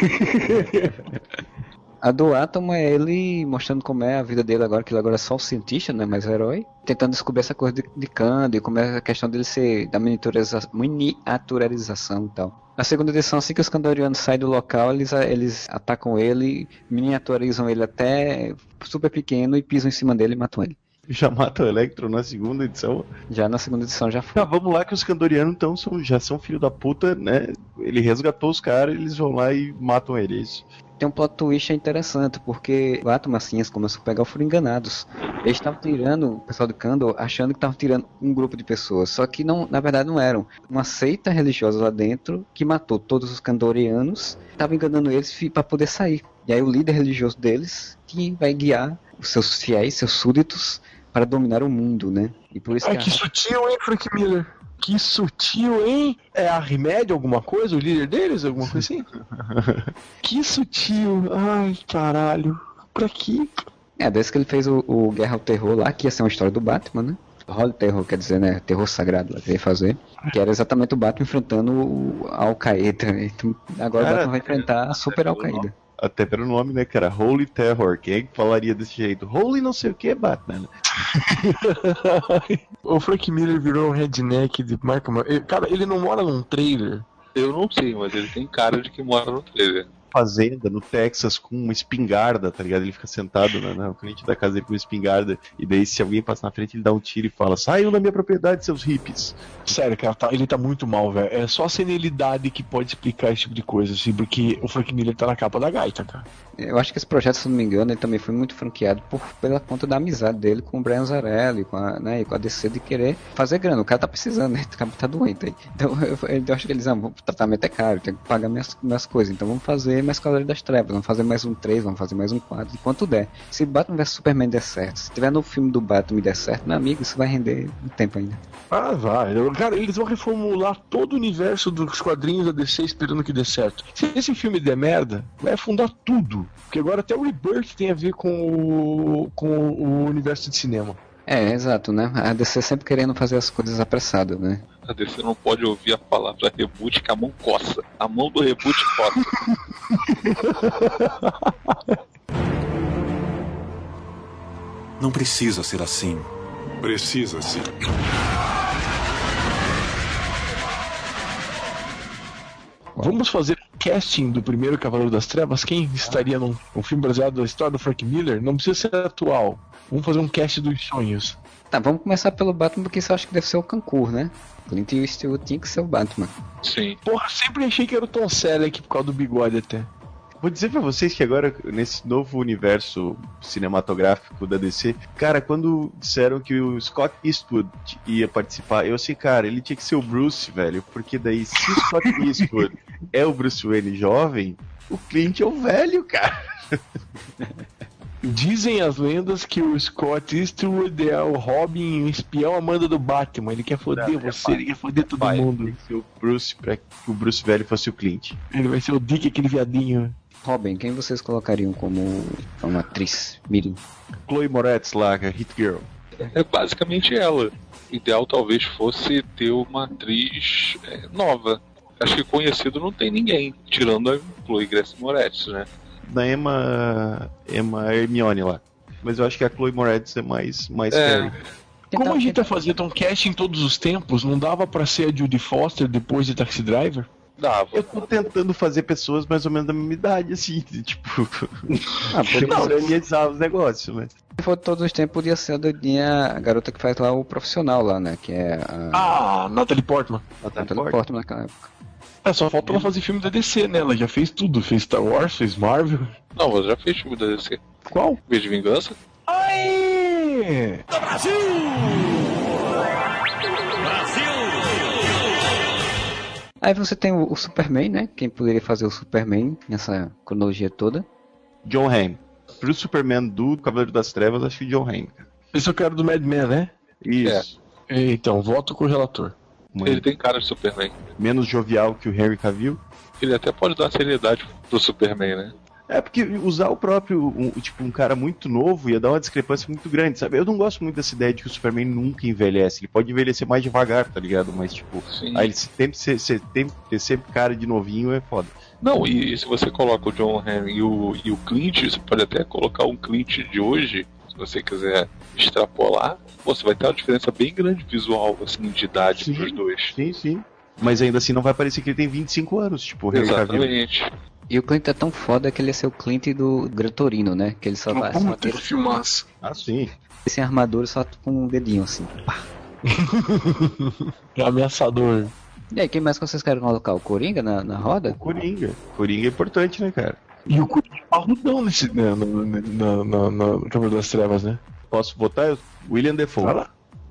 A do Atom é ele mostrando como é a vida dele agora, que ele agora é só o cientista, não é mais herói. Tentando descobrir essa coisa de, de Kanda, e como é a questão dele ser da miniaturiza, miniaturização e tal. Na segunda edição, assim que os Kandorianos saem do local, eles, eles atacam ele, miniaturizam ele até super pequeno e pisam em cima dele e matam ele. Já mata o Electro na segunda edição. Já na segunda edição já foi. Ah, vamos lá que os Kandorianos então são, já são filho da puta, né? Ele resgatou os caras, eles vão lá e matam ele, é isso. Tem um plot twist interessante, porque o Atom assim, começou a pegar, foram enganados. Eles estavam tirando, o pessoal do Kandor, achando que estavam tirando um grupo de pessoas, só que não, na verdade não eram. Uma seita religiosa lá dentro, que matou todos os Kandorianos, estava enganando eles para poder sair. E aí o líder religioso deles, que vai guiar os seus fiéis, seus súditos, para dominar o mundo, né? E por isso Ai, que, que a... sutil, hein, Frank Miller? Que sutil, hein? É a Remédio alguma coisa? O líder deles? Alguma coisa assim? Que sutil. Ai, caralho. Pra quê? É, desde que ele fez o, o Guerra ao Terror lá, que ia ser uma história do Batman, né? Holy Terror, quer dizer, né? Terror sagrado, lá que ele ia fazer. Que era exatamente o Batman enfrentando o Al-Qaeda. Então, agora Cara, o Batman vai enfrentar a Super Al-Qaeda. Até pelo nome, né, cara? Holy Terror. Quem é que falaria desse jeito? Holy não sei o que, Batman. O Frank Miller virou um redneck de marca. Cara, ele não mora num trailer. Eu não sei, mas ele tem cara de que mora no trailer. Fazenda no Texas com uma espingarda, tá ligado? Ele fica sentado na, na frente da casa dele com uma espingarda, e daí se alguém passa na frente ele dá um tiro e fala: saiam da minha propriedade, seus hippies. Sério, cara, tá, ele tá muito mal, velho. É só a senilidade que pode explicar esse tipo de coisa, assim, porque o Frank Miller tá na capa da gaita, cara. Eu acho que esse projeto, se não me engano, ele também foi muito franqueado por, pela conta da amizade dele com o Brian Zarelli, com a, né, e com a D C de querer fazer grana. O cara tá precisando, né? O cara tá doente aí. Então eu, eu acho que eles, ah, o tratamento é caro, tem que pagar minhas, minhas coisas, então vamos fazer mais Cavaleiro das Trevas, vamos fazer mais um três, vamos fazer mais um quatro, enquanto der. Se Batman versus Superman der certo, se tiver no filme do Batman e der certo, meu amigo, isso vai render um tempo ainda. Ah, vai. Cara, eles vão reformular todo o universo dos quadrinhos da D C esperando que dê certo. Se esse filme der merda, vai afundar tudo. Porque agora até o Rebirth tem a ver com o, com o universo de cinema. É, exato, né? A D C sempre querendo fazer as coisas apressadas, né? A D C não pode ouvir a palavra reboot que a mão coça. A mão do reboot coça. Não precisa ser assim. Precisa sim. Vamos fazer casting do primeiro Cavaleiro das Trevas? Quem estaria num um filme baseado na história do Frank Miller? Não precisa ser atual. Vamos fazer um cast dos sonhos. Tá, vamos começar pelo Batman, porque isso eu acho que deve ser o Cancún, né? Clint Eastwood tinha que ser o Batman. Sim. Porra, sempre achei que era o Tom Selleck por causa do bigode até. Vou dizer pra vocês que agora, nesse novo universo cinematográfico da D C, cara, quando disseram que o Scott Eastwood ia participar, eu assim, cara, ele tinha que ser o Bruce, velho, porque daí, se o Scott Eastwood é o Bruce Wayne jovem, o Clint é o velho, cara. Dizem as lendas que o Scott Eastwood é o Robin, o espião amando do Batman. Ele quer foder Não, você, ele quer foder todo pai, mundo. Tem que ser o Bruce pra que o Bruce velho fosse o Clint. Ele vai ser o Dick, aquele viadinho. Robin, quem vocês colocariam como uma atriz mirim? Chloe Moretz lá, a Hit Girl. É basicamente ela. O ideal talvez fosse ter uma atriz é, nova. Acho que conhecido não tem ninguém, tirando a Chloe Grace Moretz, né? Da Emma, Emma Hermione lá. Mas eu acho que a Chloe Moretz é mais, mais é. Como a gente tá fazendo um cast em todos os tempos, não dava pra ser a Judy Foster depois de Taxi Driver? Dava. Eu tô tentando fazer pessoas mais ou menos da mesma idade, assim, tipo. Ah, podia Não, ser. realizar os negócios, né? Se for todos os tempos, podia ser a doidinha, a garota que faz lá o profissional lá, né? Que é a. Ah, Natalie Portman. Natalie Portman naquela época. É, só falta ela fazer filme da D C, né? Ela já fez tudo. Fez Star Wars, fez Marvel. Não, você já fez filme da D C. Qual? V de Vingança? Aê! Aí você tem o, o Superman, né? Quem poderia fazer o Superman nessa cronologia toda? John Hamm. Pro Superman do Cavaleiro das Trevas, acho que John Hamm. Esse é o cara do Mad Men, né? Isso. Então, voto com o relator. Mano, Ele tem cara de Superman. menos jovial que o Henry Cavill. Ele até pode dar seriedade pro Superman, né? É porque usar o próprio, um, tipo, um cara muito novo ia dar uma discrepância muito grande, sabe? Eu não gosto muito dessa ideia de que o Superman nunca envelhece. Ele pode envelhecer mais devagar, tá ligado? Mas, tipo, Sim. aí ele sempre ser, ser, tem, ter sempre cara de novinho é foda. Não, e, e se você coloca o John Hamm e o, e o Clint, você pode até colocar um Clint de hoje, se você quiser extrapolar, você vai ter uma diferença bem grande visual, assim, de idade Sim. pros dois. Sim, sim. Mas ainda assim não vai parecer que ele tem vinte e cinco anos, tipo, o Henry Cavill. Exatamente. E o Clint é tão foda que ele ia ser o Clint do Gran Torino, né? Que ele só vai. Só Puta, tem que filmaço. Ah, sim. sem armadura, só com um dedinho assim. Pá. É ameaçador. E aí, quem mais que vocês querem colocar? O Coringa na, na roda? Coringa. Coringa é importante, né, cara? E o Coringa é parrudão nesse, né, no, no, no, no Cavaleiro das Trevas, né? Posso votar? William Defoe. Fala.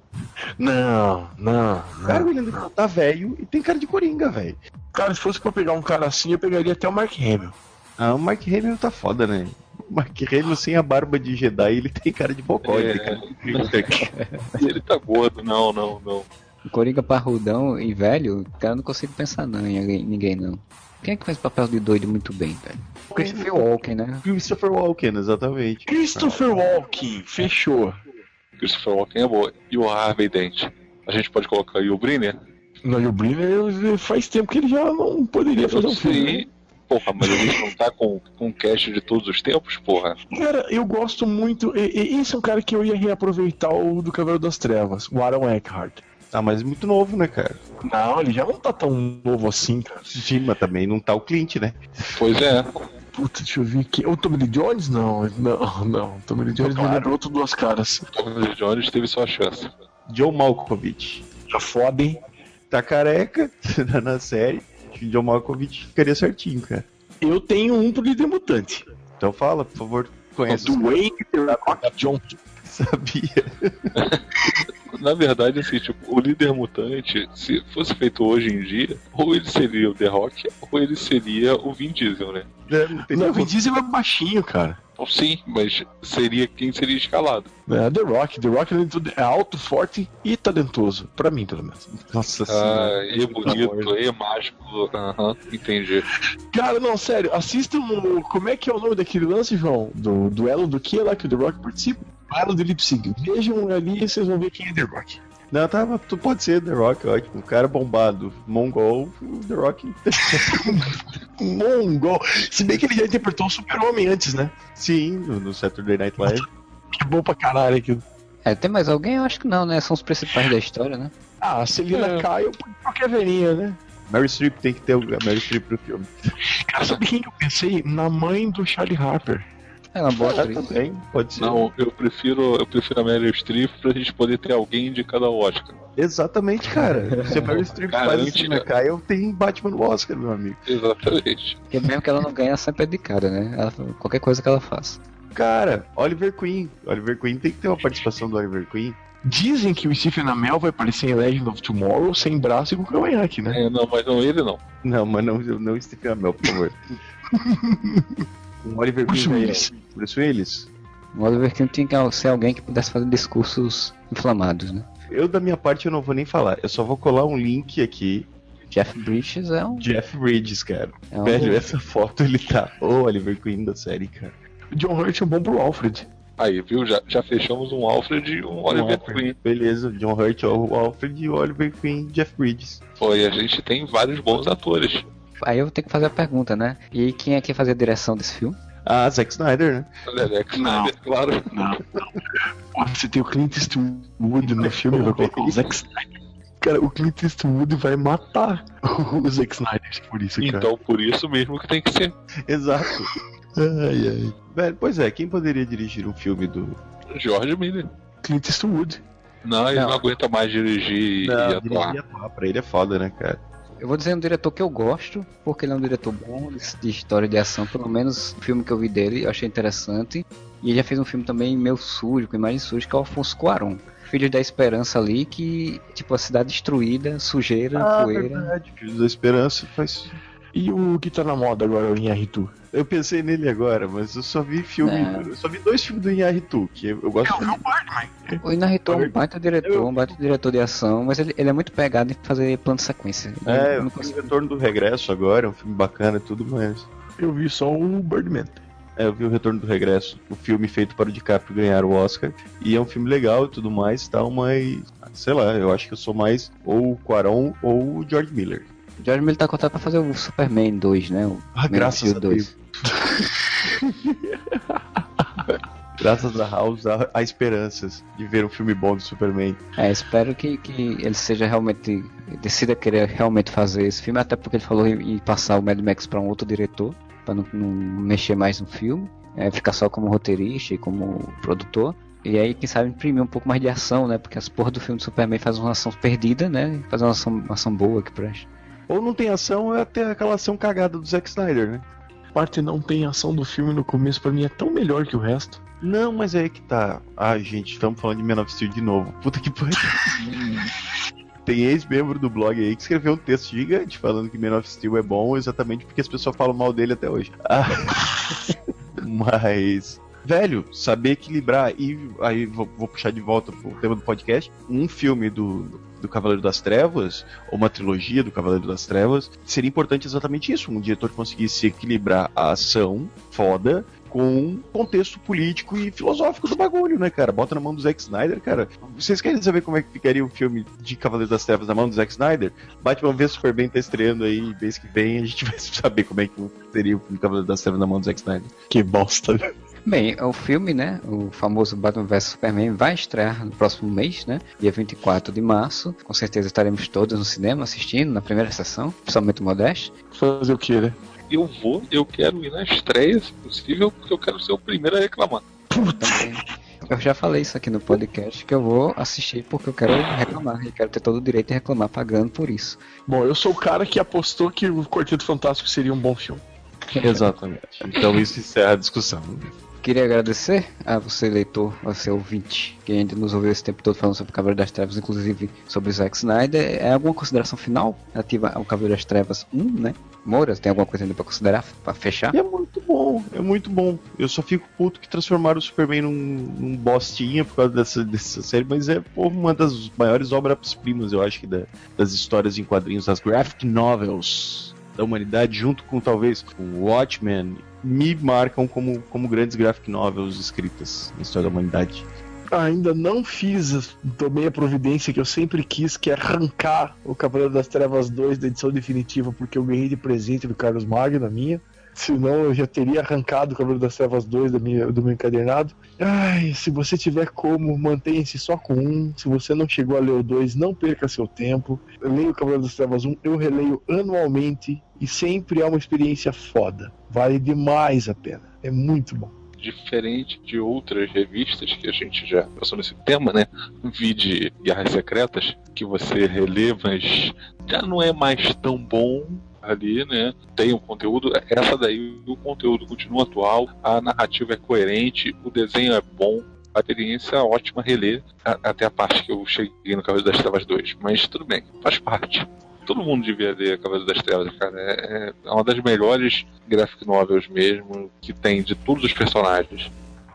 Não, não, Cara, o não. William Defoe tá velho e tem cara de Coringa, velho. Cara, se fosse pra pegar um cara assim, eu pegaria até o Mark Hamill. Ah, o Mark Hamill tá foda, né? O Mark Hamill sem a barba de Jedi, ele tem cara de bocó. É. Ele tem cara de... Ele tá gordo, não, não, não. O Coringa parrudão e velho, cara, eu não consigo pensar não em alguém- ninguém não. Quem é que faz papel de doido muito bem, velho? O Christopher Walken, né? Christopher Walken, exatamente. Christopher Walken, fechou. Christopher Walken é boa. E o Harvey Dent. A gente pode colocar aí o Briner? Não, e o Briner faz tempo que ele já não poderia fazer um filme. Sim. Porra, mas a gente não tá com, com cast de todos os tempos, porra. Cara, eu gosto muito. E, e, esse é um cara que eu ia reaproveitar o do Cavaleiro das Trevas, o Aaron Eckhart. Tá, mas muito novo, né, cara? Não, ele já não tá tão novo assim, cara. Sim, mas também não tá o Clint, né? Pois é. Puta, deixa eu ver aqui. O Tommy Lee Jones? Não, não, não. O Tommy Lee Jones me lembrou outro duas caras. Tommy Lee Jones teve sua chance. John Malkovich. Tá foda, hein? Tá careca na série. Acho que John Malkovich ficaria certinho, cara. Eu tenho um pro líder mutante. Então fala, por favor. Conhece Do Wayne The Rock Johnson. Sabia. Na verdade, assim, tipo, o líder mutante, se fosse feito hoje em dia, ou ele seria o The Rock, ou ele seria o Vin Diesel, né? É, não tem Não, o como- Vin Diesel é baixinho, cara. Então, sim, mas seria quem seria escalado. É, The Rock. The Rock ele é alto, forte e talentoso. Pra mim, pelo menos. Nossa Ah, senhora. e bonito, e mágico. Aham, entendi. Cara, não, sério, assistam o... Como é que é o nome daquele lance, João? Do duelo do que lá que o The Rock participa? Duelo do lip sync. Vejam ali e vocês vão ver quem é The Rock. Não, tá, mas tu pode ser The Rock, ótimo. O cara bombado, mongol, o The Rock. Mongol. Se bem que ele já interpretou o Super-Homem antes, né? Sim, no, no Saturday Night Live. Que bom pra caralho aquilo. É, tem mais alguém? Eu acho que não, né? São os principais da história, né? Ah, a Celina É. Kyle por qualquer velhinha, né? Mary Streep tem que ter o a Mary Streep pro filme. Cara, sabe quem que eu pensei? Na mãe do Charlie Harper. É uma boa Ah, atriz. também, pode ser. Não, eu prefiro, eu prefiro a Meryl Streep pra gente poder ter alguém indicado ao Oscar. Exatamente, cara. Se a Mary Streep faz Garante, assim né? na Kyle, tem Batman no Oscar, meu amigo. Exatamente. Porque mesmo que ela não ganhe, ela sempre é dedicada, né? Ela, qualquer coisa que ela faça. Cara, Oliver Queen. Oliver Queen tem que ter uma participação do Oliver Queen. Dizem que o Stephen Amell vai aparecer em Legend of Tomorrow sem braço e com cavanhaque, né? É, não, mas não ele não. Não, mas não, não Stephen Amell, por favor. Um Oliver Bruce Queen. Willis. Bruce Willis. O Oliver Queen tinha que ser alguém que pudesse fazer discursos inflamados, né? Eu, da minha parte, eu não vou nem falar. Eu só vou colar um link aqui. Jeff Bridges é um... Jeff Bridges, cara. É um Velho, essa foto ele tá. Ô, Oliver Queen da série, cara. O John Hurt é bom pro Alfred. Aí, viu? Já, já fechamos um Alfred e um Oliver Queen. Beleza, John Hurt, o Alfred e o Oliver Queen, Jeff Bridges. Pô, e a gente tem vários bons atores. Aí eu tenho que fazer a pergunta, né? E quem é que ia fazer a direção desse filme? Ah, Zack Snyder, né? Zack Não. Snyder, claro. Não, não. Pô, você tem o Clint Eastwood no filme, vai colocar o Zack Snyder. Cara, o Clint Eastwood vai matar o Zack Snyder por isso, cara. Então, por isso mesmo que tem que ser. Exato. Ai, ai. Velho, pois é, quem poderia dirigir um filme do George Miller. Clint Eastwood. Não, ele não, Não. aguenta mais dirigir não, e atuar. dirigir e atuar. Pra ele é foda, né, cara? Eu vou dizer um diretor que eu gosto, porque ele é um diretor bom de, de história de ação, pelo menos o filme que eu vi dele eu achei interessante. E ele já fez um filme também meio sujo, com imagens sujas, que é o Afonso Cuarón. Filhos da Esperança ali, que, tipo, a cidade destruída, sujeira, Ah, poeira. verdade. Filhos da Esperança faz... E o que tá na moda agora, o Inharitu? Eu pensei nele agora, mas eu só vi filme... É. Eu só vi dois filmes do Inharitu, que eu, eu gosto muito. O Inarritu é um baita diretor, um baita diretor de ação, mas ele, ele é muito pegado em fazer plano de sequência. Ele É, não eu vi consigo- o Retorno do Regresso agora, é um filme bacana e tudo, mas... Eu vi só o Birdman. É, eu vi o Retorno do Regresso, o filme feito para o DiCaprio ganhar o Oscar, e é um filme legal e tudo mais, tal, mas... Sei lá, eu acho que eu sou mais ou o Cuarón ou o George Miller. O George Miller tá contado pra fazer o Superman dois, né? O Ah, Man graças of Steel a Deus. Graças a House há, há esperanças de ver um filme bom do Superman. É, espero que, que ele seja realmente, decida querer realmente fazer esse filme, até porque ele falou em, em passar o Mad Max pra um outro diretor, pra não, não mexer mais no filme, é, ficar só como roteirista e como produtor. E aí, quem sabe, imprimir um pouco mais de ação, né? Porque as porra do filme do Superman faz uma ação perdida, né? Faz uma ação, uma ação boa que presta. Ou não tem ação, é até aquela ação cagada do Zack Snyder, né? A parte não tem ação do filme no começo, pra mim é tão melhor que o resto. Não, mas é aí que tá. Ai, gente, estamos falando de Man of Steel de novo. Puta que pariu. Tem ex-membro do blog aí que escreveu um texto gigante falando que Man of Steel é bom exatamente porque as pessoas falam mal dele até hoje. Ah, mas... Velho, saber equilibrar, e aí vou, vou puxar de volta pro tema do podcast, um filme do, do Cavaleiro das Trevas, ou uma trilogia do Cavaleiro das Trevas, seria importante exatamente isso, um diretor que conseguisse equilibrar a ação foda com o contexto político e filosófico do bagulho, né, cara? Bota na mão do Zack Snyder, cara. Vocês querem saber como é que ficaria o filme de Cavaleiro das Trevas na mão do Zack Snyder? Batman vs Superman tá estreando aí, mês que vem, a gente vai saber como é que seria o filme de Cavaleiro das Trevas na mão do Zack Snyder. Que bosta. Bem, o filme, né, o famoso Batman vs Superman vai estrear no próximo mês, né, dia vinte e quatro de março. Com certeza estaremos todos no cinema assistindo, na primeira sessão, principalmente o Modeste. Fazer o que, né? Eu vou, eu quero ir na estreia, se possível, porque eu quero ser o primeiro a reclamar. Também. Eu já falei isso aqui no podcast, que eu vou assistir porque eu quero reclamar, e quero ter todo o direito de reclamar pagando por isso. Bom, eu sou o cara que apostou que o Quarteto Fantástico seria um bom filme. Exatamente. Então isso encerra a discussão. Queria agradecer a você, leitor, a você ouvinte, que ainda nos ouviu esse tempo todo falando sobre o Cavaleiro das Trevas, inclusive sobre o Zack Snyder. É alguma consideração final relativa ao Cavaleiro das Trevas um, né? Moura, tem alguma coisa ainda pra considerar, pra fechar? E é muito bom, é muito bom. Eu só fico puto que transformaram o Superman num, num bostinha por causa dessa, dessa série, mas é pô, uma das maiores obras-primas, eu acho, que da, das histórias em quadrinhos, das graphic novels da humanidade, junto com talvez o Watchmen, me marcam como, como grandes graphic novels escritas na história da humanidade. Ainda não fiz, tomei a providência que eu sempre quis, que é arrancar o Cavaleiro das Trevas dois da edição definitiva, porque eu ganhei de presente do Carlos Magno, a minha. Senão eu já teria arrancado o Cavaleiro das Trevas dois da minha, do meu encadernado. Ai, se você tiver como, mantenha-se só com um. Se você não chegou a ler o dois, não perca seu tempo. Eu leio o Cavaleiro das Trevas um, eu releio anualmente e sempre é uma experiência foda. Vale demais a pena. É muito bom. Diferente de outras revistas que a gente já passou nesse tema, né? Vide Guerras Secretas, que você relê, mas já não é mais tão bom ali, né? Tem um conteúdo, essa daí, o conteúdo continua atual, a narrativa é coerente, o desenho é bom, a experiência é ótima reler, a, até a parte que eu cheguei no Cavaleiro das Trevas dois, mas tudo bem, faz parte. Todo mundo devia ler Cavaleiro das Trevas, cara. É, é uma das melhores graphic novels mesmo que tem de todos os personagens.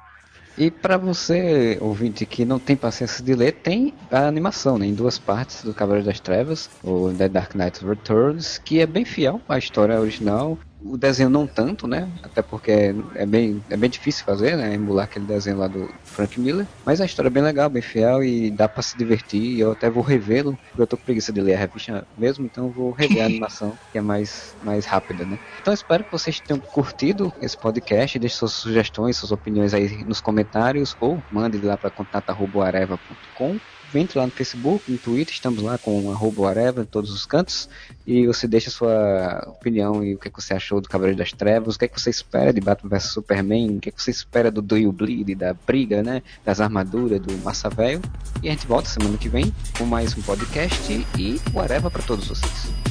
E pra você, ouvinte, que não tem paciência de ler, tem a animação, né, em duas partes do Cavaleiro das Trevas, o The Dark Knight Returns, que é bem fiel à história original. O desenho não tanto, né? Até porque é bem, é bem difícil fazer, né? Emular aquele desenho lá do Frank Miller. Mas a história é bem legal, bem fiel e dá pra se divertir. Eu até vou revê-lo, porque eu tô com preguiça de ler a revista mesmo, então eu vou rever a animação, que é mais, mais rápida, né? Então eu espero que vocês tenham curtido esse podcast. Deixe suas sugestões, suas opiniões aí nos comentários ou mande lá para contato arroba areva ponto com. entre lá no Facebook, no Twitter, estamos lá com arroba whatever em todos os cantos, e você deixa a sua opinião e o que, é que você achou do Cavaleiro das Trevas, o que, é que você espera de Batman versus Superman, o que, é que você espera do Do You Bleed, da briga, né, das armaduras, do Massa Velho, e a gente volta semana que vem com mais um podcast e whatever para todos vocês.